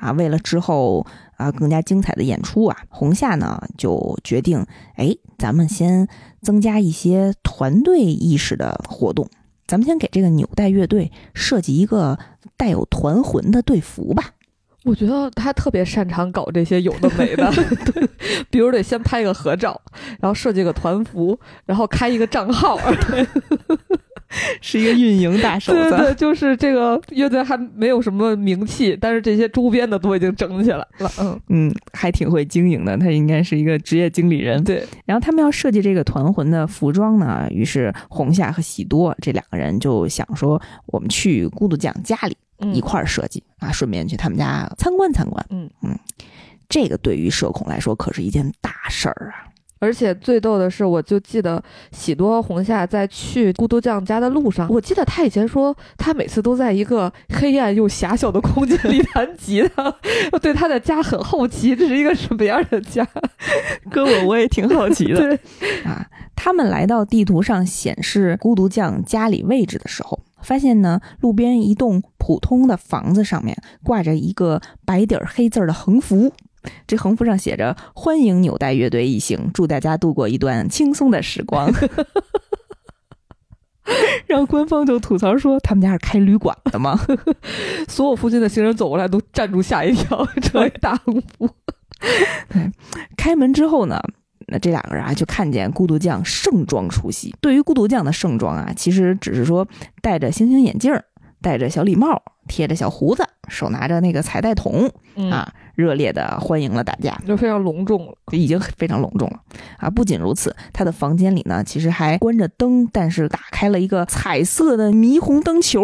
啊，为了之后啊更加精彩的演出啊，红夏呢就决定，哎，咱们先增加一些团队意识的活动，咱们先给这个纽带乐队设计一个带有团魂的队服吧。 我觉得他特别擅长搞这些有的没的，对，比如得先拍个合照，然后设计个团服，然后开一个账号，对， 是一个运营大手子。 对对，就是这个乐队还没有什么名气，但是这些周边的都已经整起来了。嗯嗯，还挺会经营的，他应该是一个职业经理人。 对， 然后他们要设计这个团魂的服装呢，于是红夏和喜多这两个人就想说，我们去孤独酱家里一块儿设计、嗯、啊，顺便去他们家参观参观。 嗯嗯，这个对于社恐来说可是一件大事儿啊。 而且最逗的是，我就记得喜多和红夏在去孤独酱家的路上，我记得他以前说他每次都在一个黑暗又狭小的空间里弹吉他，我对他的家很好奇，这是一个什么样的家？ 哥我我也挺好奇的。 对啊，他们来到地图上显示孤独酱家里位置的时候，发现呢，路边一栋普通的房子上面挂着一个白底黑字的横幅。这横幅上写着欢迎纽带乐队一行，祝大家度过一段轻松的时光。让官方就吐槽说他们家是开旅馆的吗？ 所有附近的行人走过来都站住吓一跳，这大横幅。 对，开门之后呢，那这两个人啊就看见孤独酱盛装出席。对于孤独酱的盛装啊，其实只是说戴着星星眼镜，戴着小礼帽，贴着小胡子，手拿着那个彩带桶、嗯、啊，热烈的欢迎了大家， 就非常隆重了， 已经非常隆重了啊！不仅如此，他的房间里呢，其实还关着灯，但是打开了一个彩色的霓虹灯球，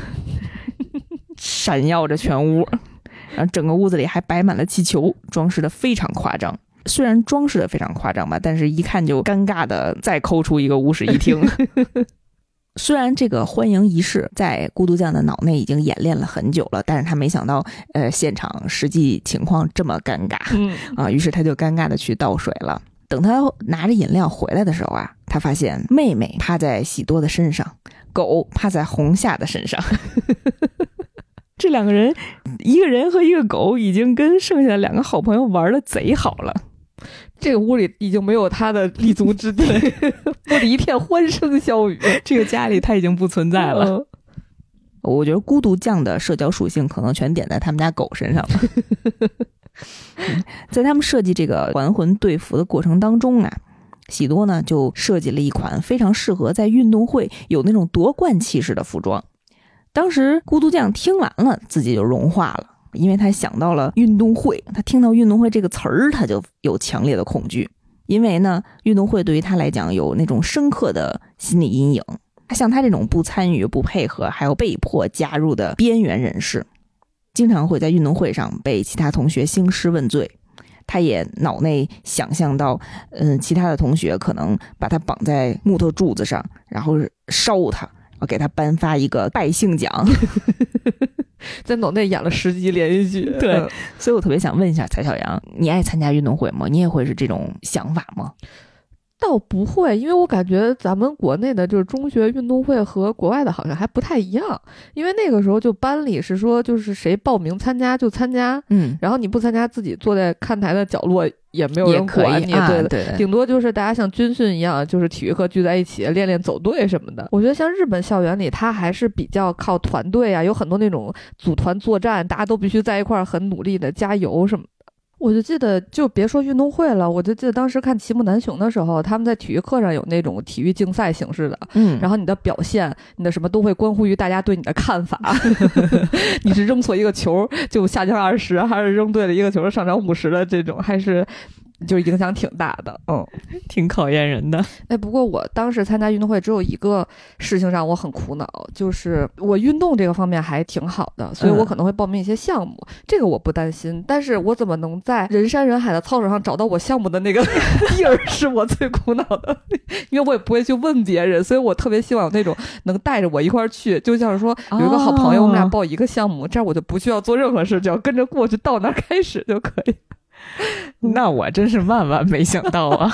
闪耀着全屋。然后整个屋子里还摆满了气球，装饰的非常夸张。虽然装饰的非常夸张吧，但是一看就尴尬的再抠出一个无室一厅。虽然这个欢迎仪式在孤独酱的脑内已经演练了很久了，但是他没想到呃现场实际情况这么尴尬、嗯、啊，于是他就尴尬的去倒水了。等他拿着饮料回来的时候啊，他发现妹妹趴在喜多的身上，狗趴在红夏的身上。这两个人，一个人和一个狗已经跟剩下的两个好朋友玩的贼好了。 这个屋里已经没有他的立足之地，屋里一片欢声笑语。 这个家里他已经不存在了。嗯、我觉得孤独酱的社交属性可能全点在他们家狗身上了。嗯、在他们设计这个还魂队服的过程当中啊，喜多呢就设计了一款非常适合在运动会有那种夺冠气势的服装。当时孤独酱听完了，自己就融化了。因为他想到了运动会，他听到运动会这个词儿，他就有强烈的恐惧。因为呢，运动会对于他来讲有那种深刻的心理阴影。像他这种不参与、不配合，还有被迫加入的边缘人士，经常会在运动会上被其他同学兴师问罪。他也脑内想象到，嗯，其他的同学可能把他绑在木头柱子上，然后烧他，给他颁发一个败兴奖。 在脑内演了十集连续剧。 对、嗯、所以我特别想问一下蔡小阳，你爱参加运动会吗？你也会是这种想法吗？ 倒不会，因为我感觉咱们国内的就是中学运动会和国外的好像还不太一样。因为那个时候就班里是说就是谁报名参加就参加，嗯，然后你不参加自己坐在看台的角落也没有人管你， 啊、 对的， 对的， 顶多就是大家像军训一样，就是体育课聚在一起练练走队什么的。我觉得像日本校园里，它还是比较靠团队啊，有很多那种组团作战，大家都必须在一块儿很努力的加油什么的。我就记得，就别说运动会了，我就记得当时看齐木楠雄的时候，他们在体育课上有那种体育竞赛形式的，嗯，然后你的表现，你的什么都会关乎于大家对你的看法。你是扔错一个球就下降二十，还是扔对了一个球上涨五十的这种，还是就影响挺大的，嗯， 挺考验人的。 哎，不过我当时参加运动会只有一个事情让我很苦恼，就是我运动这个方面还挺好的，所以我可能会报名一些项目，嗯、这个我不担心。但是我怎么能在人山人海的操场上找到我项目的那个地儿，是我最苦恼的。因为我也不会去问别人，所以我特别希望有那种能带着我一块儿去，就像是说有一个好朋友，我们俩报一个项目，这样我就不需要做任何事，只要跟着过去，到那儿开始就可以。 那我真是万万没想到啊。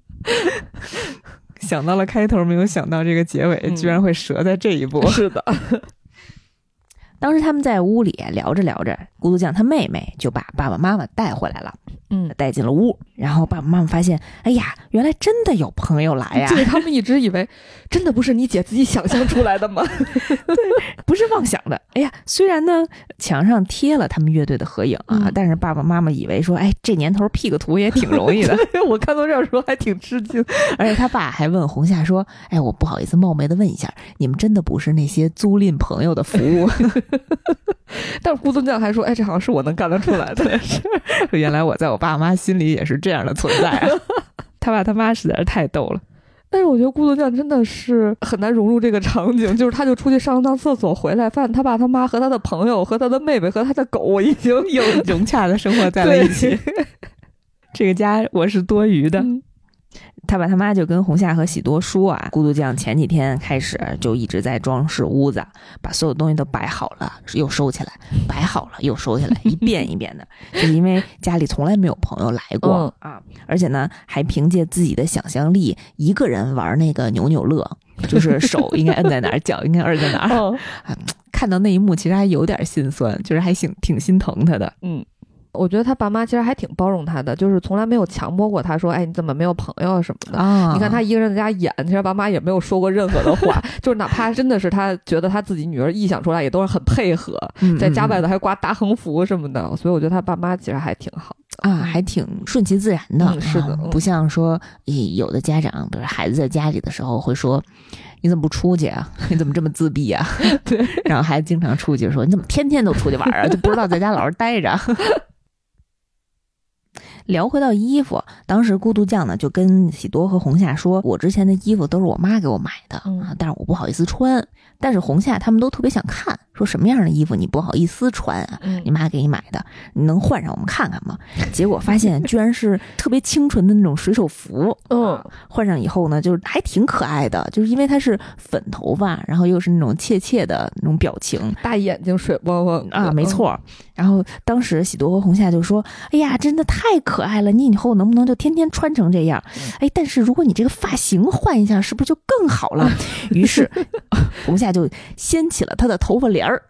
想到了开头，没有想到这个结尾、嗯、居然会折在这一步。 是的。 当时他们在屋里聊着聊着，咕嘟酱他妹妹就把爸爸妈妈带回来了， 嗯， 带进了屋。然后爸爸妈妈发现，哎呀，原来真的有朋友来呀！ 对，他们一直以为真的不是你姐自己想象出来的吗？ 对，不是妄想的。哎呀，虽然呢墙上贴了他们乐队的合影啊，嗯、但是爸爸妈妈以为说，哎，这年头 P 个图也挺容易的。 我看到这儿时候还挺吃惊， 而且他爸还问红夏说，哎，我不好意思冒昧的问一下，你们真的不是那些租赁朋友的服务？ 但是咕嘟酱还说，哎，这好像是我能干得出来的事。 原来我在我爸妈心里也是这样的存在啊。他爸他妈实在是太逗了。 但是我觉得咕嘟酱真的是很难融入这个场景，就是他就出去上趟厕所回来，发现他爸他妈和他的朋友和他的妹妹和他的狗已经又融洽的生活在了一起。这个家我是多余的。嗯，他爸他妈就跟红夏和喜多说啊，咕嘟酱前几天开始就一直在装饰屋子，把所有东西都摆好了又收起来，摆好了又收起来，一遍一遍的。就是因为家里从来没有朋友来过、嗯、啊，而且呢还凭借自己的想象力一个人玩那个扭扭乐，就是手应该摁在哪儿，脚应该摁在哪儿、哦啊、看到那一幕其实还有点心酸，就是还挺挺心疼他的。 嗯，我觉得他爸妈其实还挺包容他的，就是从来没有强迫过他说，哎，你怎么没有朋友什么的啊？你看他一个人在家演，其实爸妈也没有说过任何的话，就是哪怕真的是他觉得他自己女儿臆想出来，也都是很配合，嗯嗯在家外头还挂大横幅什么的，所以我觉得他爸妈其实还挺好啊，还挺顺其自然的。 嗯、是的、 啊，不像说有的家长，比如孩子在家里的时候会说，你怎么不出去啊？你怎么这么自闭啊？ 对， 然后孩子经常出去说，你怎么天天都出去玩啊？就不知道在家老是待着。聊回到衣服，当时咕嘟酱呢就跟喜多和红夏说，我之前的衣服都是我妈给我买的、嗯、但是我不好意思穿。但是红夏他们都特别想看，说什么样的衣服你不好意思穿啊、嗯、你妈给你买的，你能换上我们看看吗？结果发现居然是特别清纯的那种水手服。嗯、啊，换上以后呢就是还挺可爱的，就是因为它是粉头发，然后又是那种怯怯的那种表情， 大眼睛水汪汪啊，没错、嗯、然后当时喜多和红夏就说，哎呀真的太可爱了，你以后能不能就天天穿成这样？哎，但是如果你这个发型换一下是不是就更好了？于是红夏就掀起了他的头发帘儿，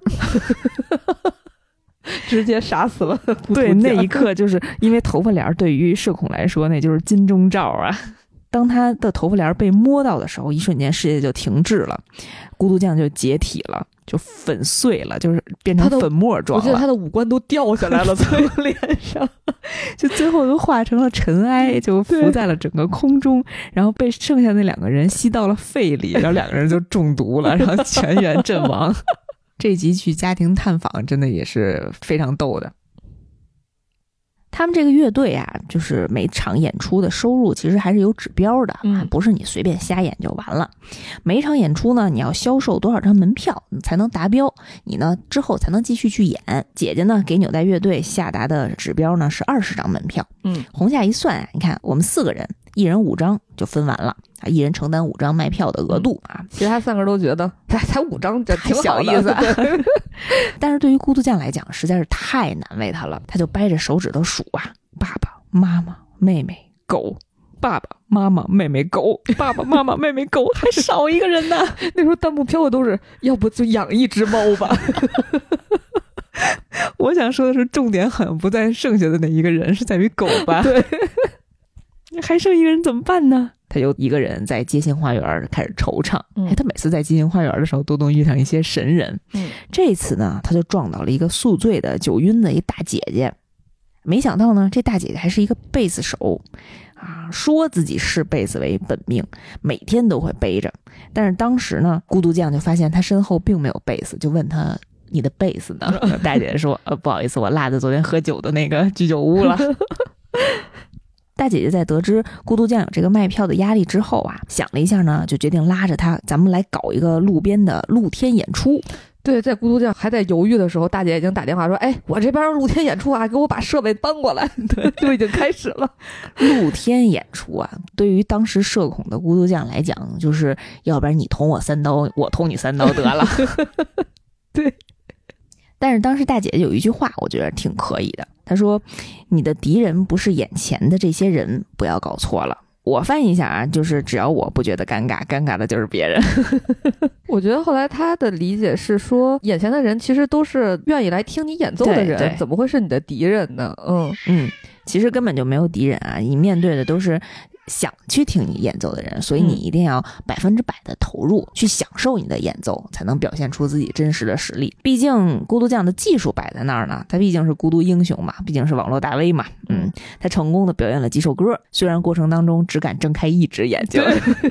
直接杀死了。 对，那一刻就是因为头发帘儿对于社恐来说那就是金钟罩啊。当他的头发帘被摸到的时候，一瞬间世界就停滞了，咕嘟酱就解体了，就粉碎了，就是变成粉末状了。 我记得他的五官都掉下来了，从脸上， 就最后都化成了尘埃，就浮在了整个空中，然后被剩下那两个人吸到了肺里，然后两个人就中毒了，然后全员阵亡。这集去家庭探访真的也是非常逗的。他们这个乐队啊，就是每场演出的收入其实还是有指标的，嗯，不是你随便瞎演就完了。每一场演出呢，你要销售多少张门票你才能达标，你呢之后才能继续去演。姐姐呢给纽带乐队下达的指标呢是二十张门票，嗯，红夏一算啊，你看我们四个人一人五张就分完了啊，一人承担五张卖票的额度啊。 其他三个都觉得才才五张这挺小意思，但是对于咕嘟酱来讲实在是太难为他了，他就掰着手指头数啊，爸爸妈妈妹妹狗，爸爸妈妈妹妹狗，爸爸妈妈妹妹狗，还少一个人呢。 那时候弹幕飘的都是要不就养一只猫吧。 我想说的是重点好像不在剩下的那一个人，是在于狗吧。 对， 还剩一个人怎么办呢？他就一个人在街心花园开始惆怅、嗯哎、他每次在街心花园的时候都能遇上一些神人、嗯、这次呢他就撞到了一个宿醉的酒晕的一大姐姐，没想到呢这大姐姐还是一个贝斯手啊，说自己视贝斯为本命，每天都会背着。但是当时呢咕嘟酱就发现他身后并没有贝斯，就问他你的贝斯呢？大姐姐说呃，不好意思，我落在昨天喝酒的那个居酒屋了。大姐姐在得知咕嘟酱有这个卖票的压力之后啊，想了一下呢，就决定拉着他，咱们来搞一个路边的露天演出。 对，在咕嘟酱还在犹豫的时候，大姐已经打电话说：“哎，我这边露天演出啊，给我把设备搬过来。”对，就已经开始了。 露天演出啊，对于当时社恐的咕嘟酱来讲，就是要不然你捅我三刀，我捅你三刀得了。 对。 但是当时大姐姐有一句话我觉得挺可以的，她说你的敌人不是眼前的这些人，不要搞错了， 我翻译一下啊，就是只要我不觉得尴尬，尴尬的就是别人。 我觉得后来他的理解是说，眼前的人其实都是愿意来听你演奏的人，怎么会是你的敌人呢？嗯嗯，其实根本就没有敌人啊，你面对的都是想去听你演奏的人，所以你一定要百分之百的投入、嗯、去享受你的演奏，才能表现出自己真实的实力。毕竟孤独匠的技术摆在那儿呢，他毕竟是孤独英雄嘛，毕竟是网络大 V 嘛，嗯，他成功的表演了几首歌，虽然过程当中只敢睁开一只眼睛。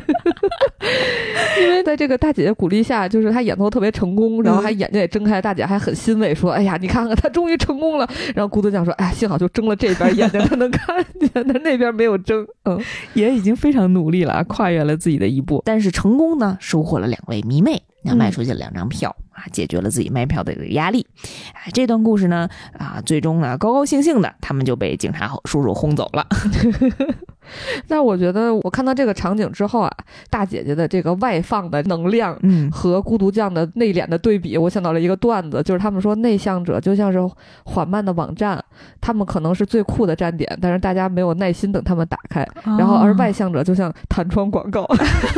因为在这个大姐姐鼓励下，就是他演奏特别成功，然后还眼睛也睁开，大姐还很欣慰说，哎呀你看看他终于成功了。然后孤独匠说，哎幸好就睁了这边眼睛他能看见，但那边没有睁。嗯， 也已经非常努力了，跨越了自己的一步，但是成功呢收获了两位迷妹，那卖出去了两张票、嗯、啊，解决了自己卖票的这个压力。啊，这段故事呢啊，最终呢高高兴兴的他们就被警察叔叔轰走了。 那我觉得我看到这个场景之后啊，大姐姐的这个外放的能量嗯和孤独匠的内敛的对比，我想到了一个段子，就是他们说内向者就像是缓慢的网站，他们可能是最酷的站点，但是大家没有耐心等他们打开、哦、然后而外向者就像弹窗广告。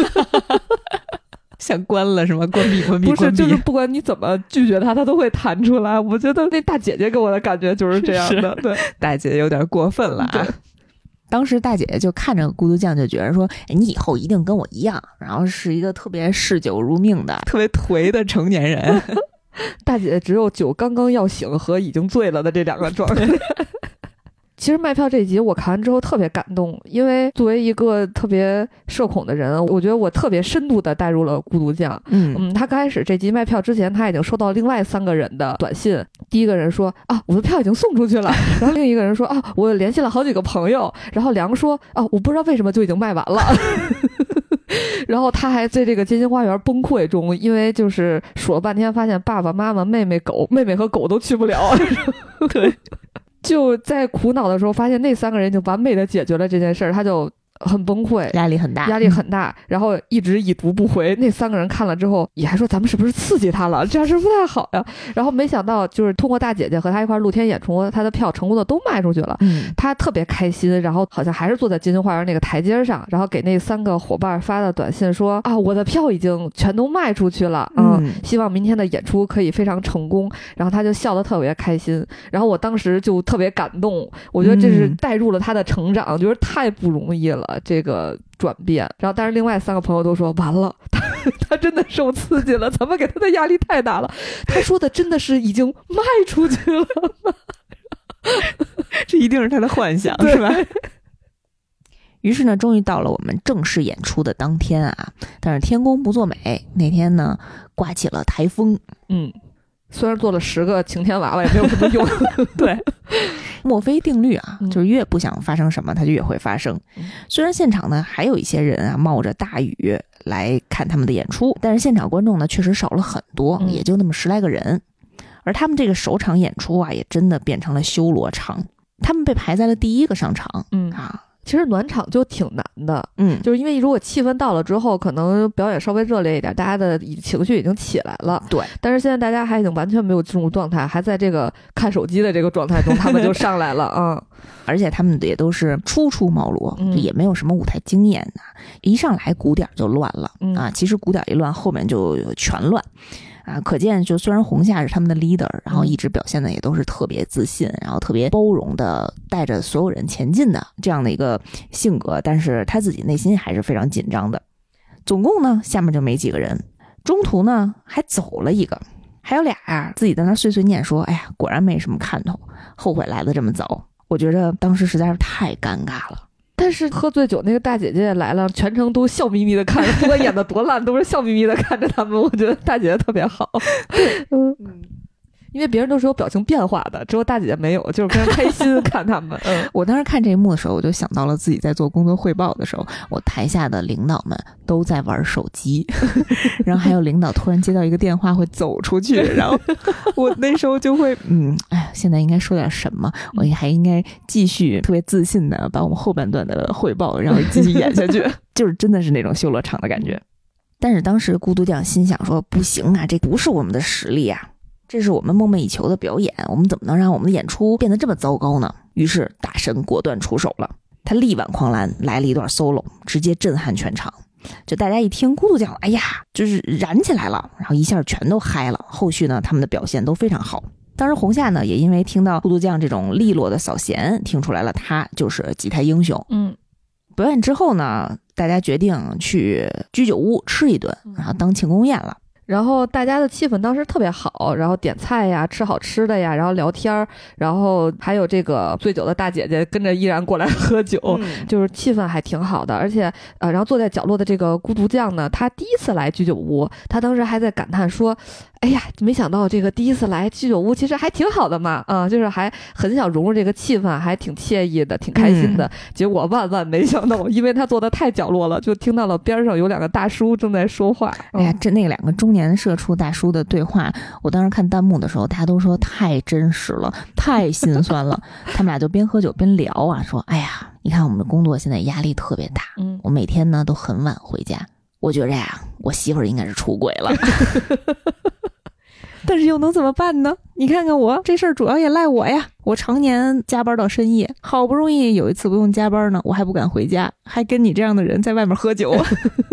想关了是吗？关闭关闭关闭， 不是，就是不管你怎么拒绝他，他都会弹出来。我觉得那大姐姐给我的感觉就是这样的。对， 大姐姐有点过分了啊。当时大姐姐就看着孤独匠就觉得说，哎，你以后一定跟我一样，然后是一个特别嗜酒如命的特别颓的成年人。 大姐姐只有酒刚刚要醒和已经醉了的这两个状态。其实卖票这一集我看完之后特别感动，因为作为一个特别社恐的人，我觉得我特别深度的带入了孤独匠。嗯嗯，他刚开始这集卖票之前，他已经收到另外三个人的短信，第一个人说啊我的票已经送出去了，然后另一个人说啊我联系了好几个朋友，然后梁说啊我不知道为什么就已经卖完了。然后他还在这个街心花园崩溃中，因为就是数了半天发现爸爸妈妈妹妹狗妹妹和狗都去不了。对，就在苦恼的时候发现那三个人就完美的解决了这件事儿，他就很崩溃， 压力很大， 压力很大、嗯、然后一直已读不回。那三个人看了之后也还说咱们是不是刺激他了，这样是不太好呀。然后没想到就是通过大姐姐和他一块露天演出，他的票成功的都卖出去了、嗯、他特别开心，然后好像还是坐在金星花园那个台阶上，然后给那三个伙伴发的短信说啊我的票已经全都卖出去了、嗯嗯、希望明天的演出可以非常成功。然后他就笑得特别开心，然后我当时就特别感动，我觉得这是带入了他的成长、嗯、觉得太不容易了这个转变。然后但是另外三个朋友都说完了，他他真的受刺激了，咱们给他的压力太大了。他说的真的是已经卖出去了吗？ 这一定是他的幻想是吧？于是呢终于到了我们正式演出的当天啊，但是天公不作美，那天呢刮起了台风。嗯， 虽然做了十个晴天娃娃也没有什么用。 对，墨菲定律啊，就是越不想发生什么它就越会发生、嗯、虽然现场呢还有一些人啊冒着大雨来看他们的演出，但是现场观众呢确实少了很多、嗯、也就那么十来个人。而他们这个首场演出啊也真的变成了修罗场，他们被排在了第一个上场。嗯啊， 其实暖场就挺难的，嗯，就是因为如果气氛到了之后，可能表演稍微热烈一点，大家的情绪已经起来了， 对。 但是现在大家还已经完全没有进入状态，还在这个看手机的这个状态中，他们就上来了，嗯。 而且他们也都是初出茅庐，嗯、也没有什么舞台经验的，一上来鼓点就乱了、嗯、啊！其实鼓点一乱，后面就全乱。啊，可见就虽然红夏是他们的 leader， 然后一直表现的也都是特别自信，然后特别包容的带着所有人前进的这样的一个性格，但是他自己内心还是非常紧张的。总共呢下面就没几个人，中途呢还走了一个，还有俩啊自己在那碎碎念说，哎呀果然没什么看头，后悔来的这么早。我觉得当时实在是太尴尬了。 但是喝醉酒那个大姐姐来了，全程都笑眯眯的看着，不管演的多烂都是笑眯眯的看着他们。我觉得大姐姐特别好。嗯嗯，因为别人都是有表情变化的，只有大姐姐没有，就是非常开心看他们。嗯， 我当时看这一幕的时候，我就想到了自己在做工作汇报的时候，我台下的领导们都在玩手机，然后还有领导突然接到一个电话会走出去，然后我那时候就会嗯，哎，现在应该说点什么？我还应该继续特别自信的把我们后半段的汇报然后继续演下去，就是真的是那种修罗场的感觉。但是当时孤独匠心想说，不行啊，这不是我们的实力啊。这是我们梦寐以求的表演，我们怎么能让我们的演出变得这么糟糕呢？于是大神果断出手了。 他力挽狂澜来了一段 solo， 直接震撼全场。就大家一听孤独酱，哎呀，就是燃起来了，然后一下全都嗨了。后续呢，他们的表现都非常好。当时红夏呢，也因为听到孤独酱这种利落的扫弦，听出来了他就是吉他英雄。 嗯， 表演之后呢，大家决定去居酒屋吃一顿，然后当庆功宴了。 然后大家的气氛当时特别好，然后点菜呀，吃好吃的呀，然后聊天，然后还有这个醉酒的大姐姐跟着依然过来喝酒，嗯、就是气氛还挺好的。而且呃，然后坐在角落的这个孤独酱呢，他第一次来居酒屋，他当时还在感叹说，哎呀，没想到这个第一次来居酒屋其实还挺好的嘛，啊、呃，就是还很想融入这个气氛，还挺惬意的，挺开心的。嗯、结果万万没想到，因为他坐得太角落了，就听到了边上有两个大叔正在说话。 哎呀，这那两个中年社畜大叔的对话，我当时看弹幕的时候，大家都说太真实了，太心酸了。他们俩就边喝酒边聊啊，说，哎呀，你看我们的工作现在压力特别大，嗯，我每天呢都很晚回家，我觉着呀，我媳妇儿应该是出轨了。但是又能怎么办呢？你看看我这事儿主要也赖我呀，我常年加班到深夜，好不容易有一次不用加班呢，我还不敢回家，还跟你这样的人在外面喝酒。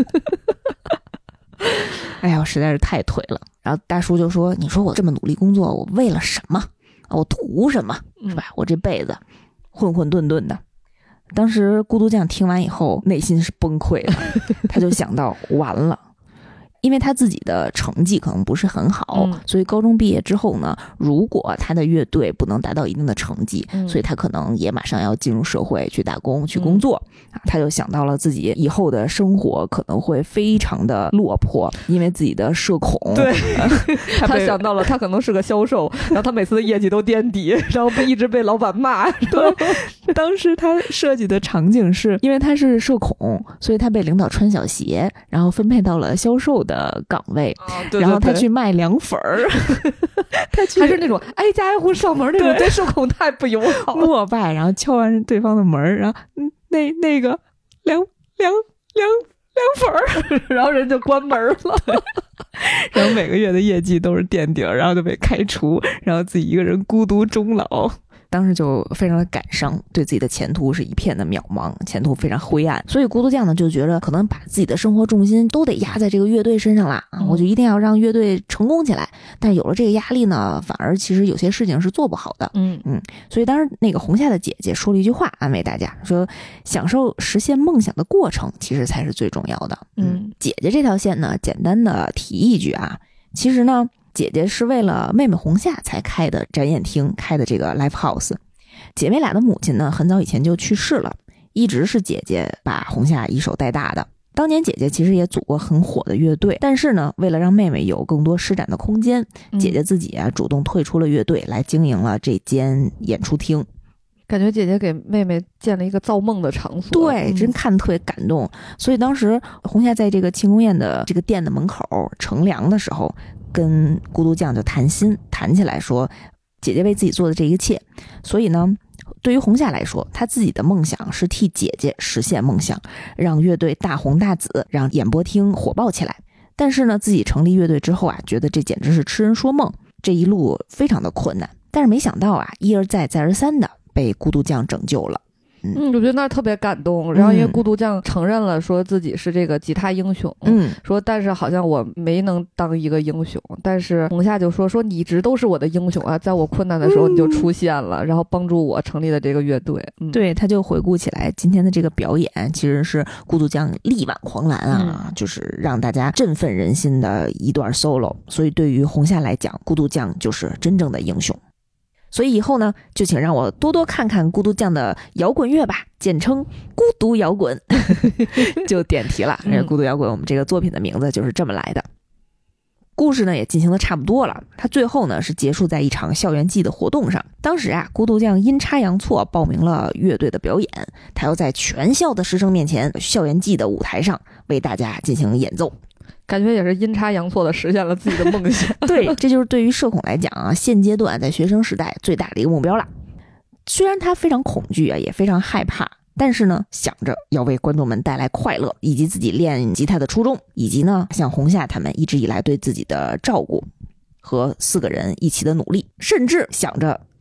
哎呀，我实在是太颓了。然后大叔就说，你说我这么努力工作，我为了什么？我图什么？是吧？我这辈子混混沌沌的。当时孤独酱听完以后内心是崩溃了，他就想到完了，因为他自己的成绩可能不是很好、嗯、所以高中毕业之后呢，如果他的乐队不能达到一定的成绩、嗯、所以他可能也马上要进入社会去打工去工作、嗯、他就想到了自己以后的生活可能会非常的落魄，因为自己的社恐。 对、呃、他, 他想到了他可能是个销售，然后他每次的业绩都垫底，然后一直被老板骂。 对，当时他设计的场景是因为他是社恐，所以他被领导穿小鞋，然后分配到了销售的岗位、哦、对对对，然后他去卖凉粉儿。他去还是那种挨家挨户上门那种，对社恐太不友好了。 膜拜，然后敲完对方的门，然后嗯，那那个凉凉凉凉粉儿， 然后人就关门了。 然后每个月的业绩都是垫底，然后就被开除，然后自己一个人孤独终老。当时就非常的感伤，对自己的前途是一片的渺茫，前途非常灰暗。所以孤独酱呢就觉得可能把自己的生活重心都得压在这个乐队身上了、嗯、我就一定要让乐队成功起来。但有了这个压力呢，反而其实有些事情是做不好的。嗯嗯，所以当时那个红夏的姐姐说了一句话安慰大家，说享受实现梦想的过程其实才是最重要的。嗯，姐姐这条线呢，简单的提一句啊，其实呢姐姐是为了妹妹红夏才开的展演厅，开的这个 live house。 姐妹俩的母亲呢很早以前就去世了，一直是姐姐把红夏一手带大的。当年姐姐其实也组过很火的乐队，但是呢为了让妹妹有更多施展的空间、嗯、姐姐自己啊主动退出了乐队，来经营了这间演出厅。 感觉姐姐给妹妹建了一个造梦的场所。 对，真看特别感动、嗯、所以当时红夏在这个庆功宴的这个店的门口乘凉的时候，跟孤独酱就谈心，谈起来说姐姐为自己做的这一切。所以呢对于红夏来说，她自己的梦想是替姐姐实现梦想，让乐队大红大紫，让演播厅火爆起来。但是呢自己成立乐队之后啊，觉得这简直是痴人说梦，这一路非常的困难。但是没想到啊，一而再再而三的被孤独酱拯救了。 嗯，我觉得那特别感动。然后因为孤独酱承认了说自己是这个吉他英雄，嗯，说但是好像我没能当一个英雄。但是红夏就说说你一直都是我的英雄啊，在我困难的时候你就出现了、嗯、然后帮助我成立了这个乐队。嗯， 对，他就回顾起来今天的这个表演其实是孤独酱力挽狂澜啊、嗯、就是让大家振奋人心的一段 solo。 所以对于红夏来讲，孤独酱就是真正的英雄。所以以后呢，就请让我多多看看孤独酱的摇滚乐吧，简称孤独摇滚。就点题了，嗯、孤独摇滚我们这个作品的名字就是这么来的。故事呢也进行的差不多了，它最后呢是结束在一场校园季的活动上。当时啊，孤独酱阴差阳错报名了乐队的表演，他要在全校的师生面前，校园季的舞台上为大家进行演奏。 感觉也是阴差阳错的实现了自己的梦想。 对，这就是对于社恐来讲啊，现阶段在学生时代最大的一个目标了。虽然他非常恐惧啊，也非常害怕，但是呢想着要为观众们带来快乐，以及自己练吉他的初衷，以及呢像红夏他们一直以来对自己的照顾和四个人一起的努力，甚至想着哎，他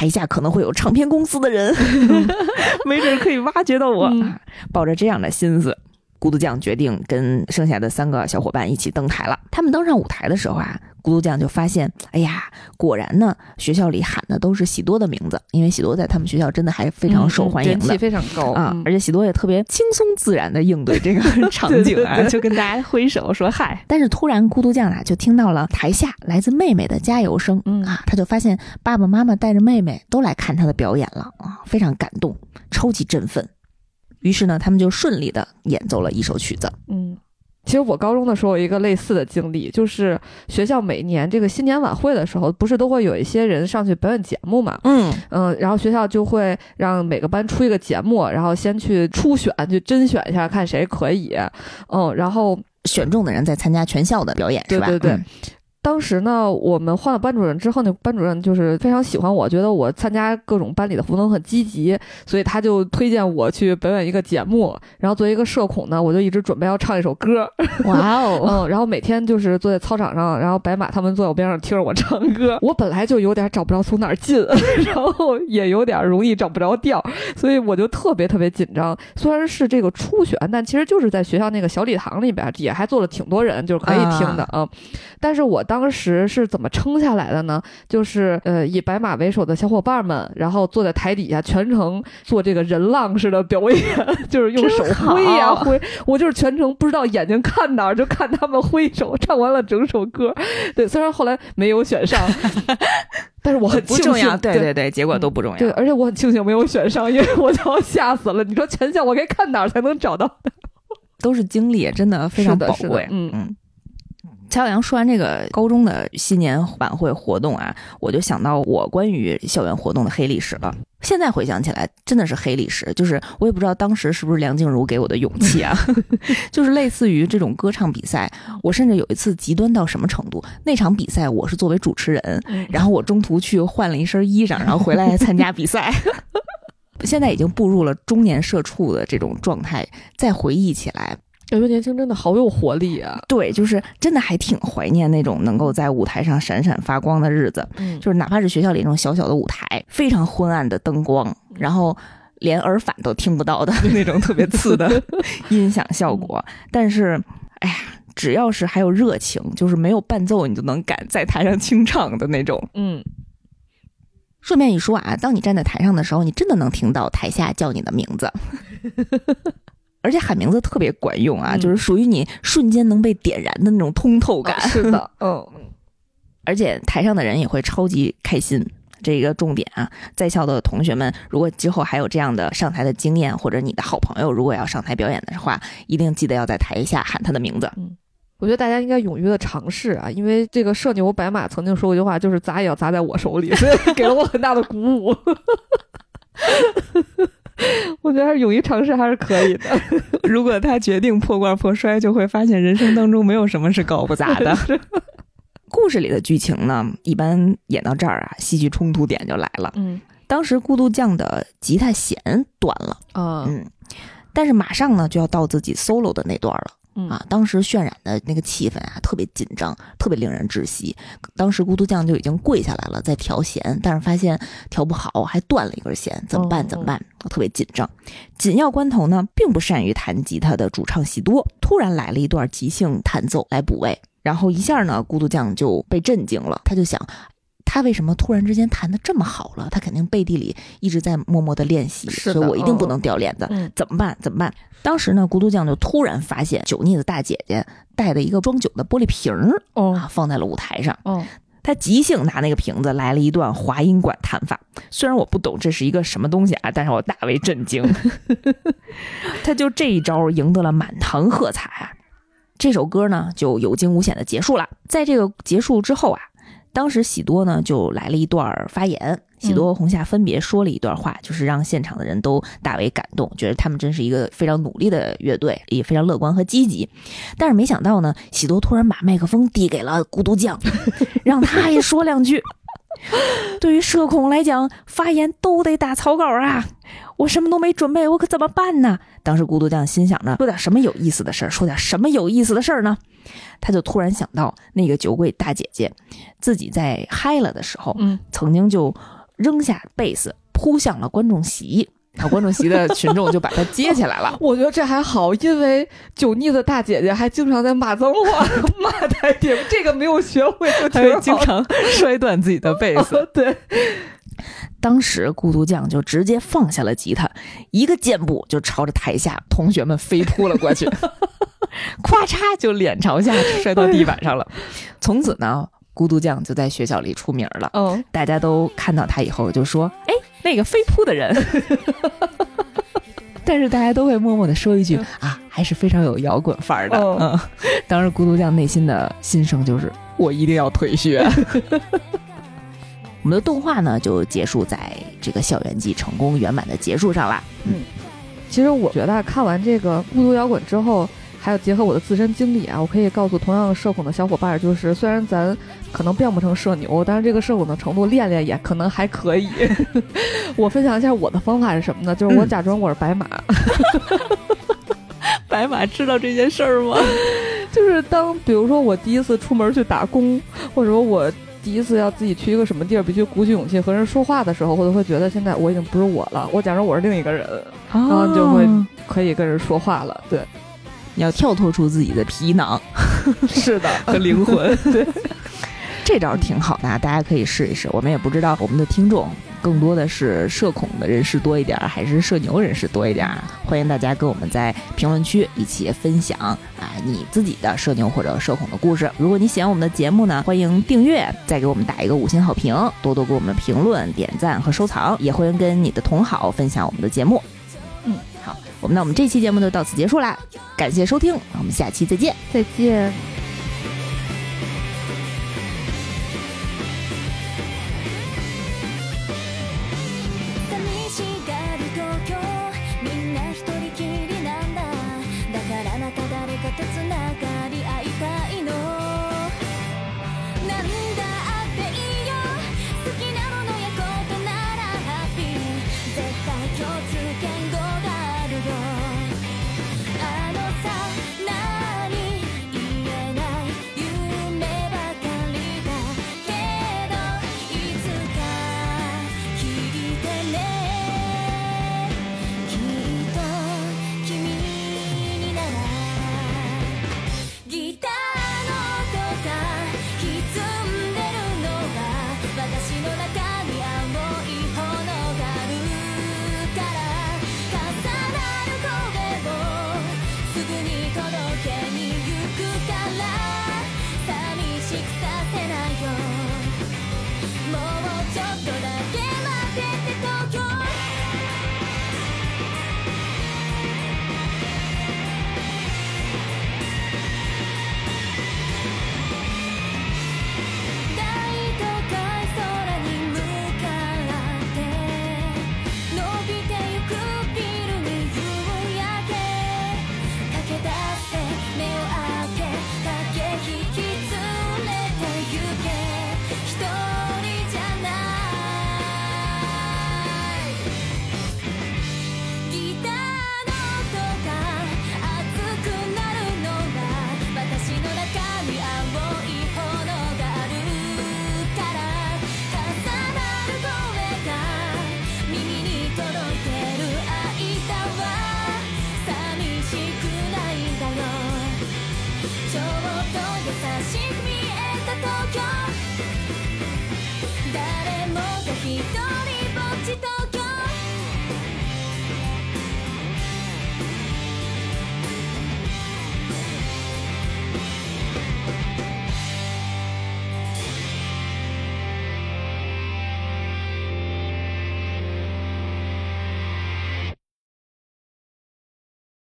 台下可能会有唱片公司的人没准可以挖掘到我、嗯、抱着这样的心思，咕嘟酱决定跟剩下的三个小伙伴一起登台了。他们登上舞台的时候啊，咕嘟酱就发现，哎呀，果然呢，学校里喊的都是喜多的名字，因为喜多在他们学校真的还非常受欢迎的， 人气非常高啊、嗯！而且喜多也特别轻松自然的应对这个场景啊，对对对，就跟大家挥手说嗨。但是突然咕嘟酱啊就听到了台下来自妹妹的加油声、嗯、啊，他就发现爸爸妈妈带着妹妹都来看他的表演了啊，非常感动，超级振奋。于是呢，他们就顺利的演奏了一首曲子。 嗯，其实我高中的时候有一个类似的经历，就是学校每年这个新年晚会的时候，不是都会有一些人上去表演节目嘛？嗯嗯，然后学校就会让每个班出一个节目，然后先去初选，去甄选一下，看谁可以。嗯，然后选中的人再参加全校的表演，是吧？ 对对对。 嗯， 当时呢，我们换了班主任之后，那班主任就是非常喜欢我，觉得我参加各种班里的活动很积极，所以他就推荐我去表演一个节目。然后作为一个社恐呢，我就一直准备要唱一首歌。 哇哦， 嗯，然后每天就是坐在操场上，然后白马他们坐在我边上听着我唱歌。我本来就有点找不着从哪儿进，然后也有点容易找不着调，所以我就特别特别紧张。虽然是这个初选，但其实就是在学校那个小礼堂里边也还坐了挺多人，就是可以听的啊、嗯。但是我当时是怎么撑下来的呢？就是呃，以白马为首的小伙伴们，然后坐在台底下全程做这个人浪式的表演，就是用手挥呀挥，我就是全程不知道眼睛看哪儿，就看他们挥手，唱完了整首歌。对，虽然后来没有选上，但是我很庆幸， 不重要，对对对，结果都不重要。 对，而且我很庆幸没有选上，因为我就要吓死了。你说全校我该看哪儿才能找到的？ 都是经历，真的非常宝贵。嗯嗯。蔡小阳说完这个高中的新年晚会活动啊，我就想到我关于校园活动的黑历史了。现在回想起来真的是黑历史，就是我也不知道当时是不是梁静茹给我的勇气啊就是类似于这种歌唱比赛，我甚至有一次极端到什么程度，那场比赛我是作为主持人，然后我中途去换了一身衣裳，然后回来参加比赛现在已经步入了中年社畜的这种状态，再回忆起来感觉年轻真的好有活力啊！ 对，就是真的还挺怀念那种能够在舞台上闪闪发光的日子。嗯，就是哪怕是学校里那种小小的舞台，非常昏暗的灯光，然后连耳返都听不到的那种特别次的音响效果。但是，哎呀，只要是还有热情，就是没有伴奏，你就能敢在台上清唱的那种。嗯。顺便一说啊，当你站在台上的时候，你真的能听到台下叫你的名字。而且喊名字特别管用啊、嗯、就是属于你瞬间能被点燃的那种通透感、 哦、是的嗯， 而且台上的人也会超级开心，这个重点啊，在校的同学们如果之后还有这样的上台的经验，或者你的好朋友如果要上台表演的话，一定记得要在台下喊他的名字。 嗯，我觉得大家应该勇于的尝试啊，因为这个社牛白马曾经说过一句话，就是砸也要砸在我手里，所以给了我很大的鼓舞我觉得还是勇于尝试还是可以的如果他决定破罐破摔，就会发现人生当中没有什么是搞不砸的故事里的剧情呢，一般演到这儿啊，戏剧冲突点就来了。嗯，当时咕嘟酱的吉他弦断了啊，嗯，但是马上呢就要到自己 solo 的那段了。嗯啊，当时渲染的那个气氛啊，特别紧张，特别令人窒息。当时咕嘟酱就已经跪下来了，在调弦，但是发现调不好，还断了一根弦，怎么办？怎么办？我特别紧张。紧要关头呢，并不善于弹吉他的主唱喜多突然来了一段即兴弹奏来补位，然后一下呢，咕嘟酱就被震惊了，他就想，他为什么突然之间弹得这么好了？他肯定背地里一直在默默的练习，所以我一定不能掉链子。嗯、怎么办？怎么办？当时呢，咕嘟酱就突然发现酒腻子大姐姐带的一个装酒的玻璃瓶儿、哦啊、放在了舞台上。哦，他即兴拿那个瓶子来了一段滑音管弹法，虽然我不懂这是一个什么东西啊，但是我大为震惊。他就这一招赢得了满堂喝彩。这首歌呢就有惊无险的结束了。在这个结束之后啊，当时喜多呢就来了一段发言，喜多和红夏分别说了一段话、嗯、就是让现场的人都大为感动，觉得他们真是一个非常努力的乐队，也非常乐观和积极。但是没想到呢，喜多突然把麦克风递给了咕嘟酱让他也说两句。对于社恐来讲，发言都得打草稿啊，我什么都没准备，我可怎么办呢？当时咕嘟酱心想着，说点什么有意思的事儿，说点什么有意思的事儿呢？他就突然想到那个酒鬼大姐姐自己在嗨了的时候、嗯、曾经就扔下贝斯扑向了观众席，然后观众席的群众就把他接起来了。 我觉得这还好，因为酒腻子大姐姐还经常在骂脏话骂台顶，这个没有学会就挺好， 还会经常摔断自己的贝斯、 哦、对， 当时孤独匠就直接放下了吉他，一个箭步就朝着台下同学们飞扑了过去咵嚓就脸朝下摔到地板上了。从此呢，孤独匠就在学校里出名了。 嗯， 大家都看到他以后就说，哎，那个飞扑的人但是大家都会默默地说一句啊，还是非常有摇滚范儿的。嗯, 嗯，当时孤独匠内心的心声就是我一定要退学我们的动画呢就结束在这个校园季成功圆满的结束上了。 嗯，其实我觉得看完这个孤独摇滚之后，还有结合我的自身经历啊，我可以告诉同样社恐的小伙伴，就是虽然咱可能变不成社牛，但是这个社恐的程度练练也可能还可以我分享一下我的方法是什么呢，就是我假装我是白马、嗯、 白马知道这件事儿吗？ 就是当比如说我第一次出门去打工，或者说我第一次要自己去一个什么地儿必须鼓起勇气和人说话的时候，我都会觉得现在我已经不是我了，我假装我是另一个人、哦、然后就会可以跟人说话了。对， 你要跳脱出自己的皮囊是的和灵魂对，这招挺好的啊，大家可以试一试。我们也不知道我们的听众更多的是社恐的人士多一点还是社牛人士多一点，欢迎大家跟我们在评论区一起分享啊你自己的社牛或者社恐的故事。如果你喜欢我们的节目呢，欢迎订阅，再给我们打一个五星好评，多多给我们评论点赞和收藏，也欢迎跟你的同好分享我们的节目。嗯，好，我们那我们这期节目就到此结束啦，感谢收听，我们下期再见。 再见。誰もが一人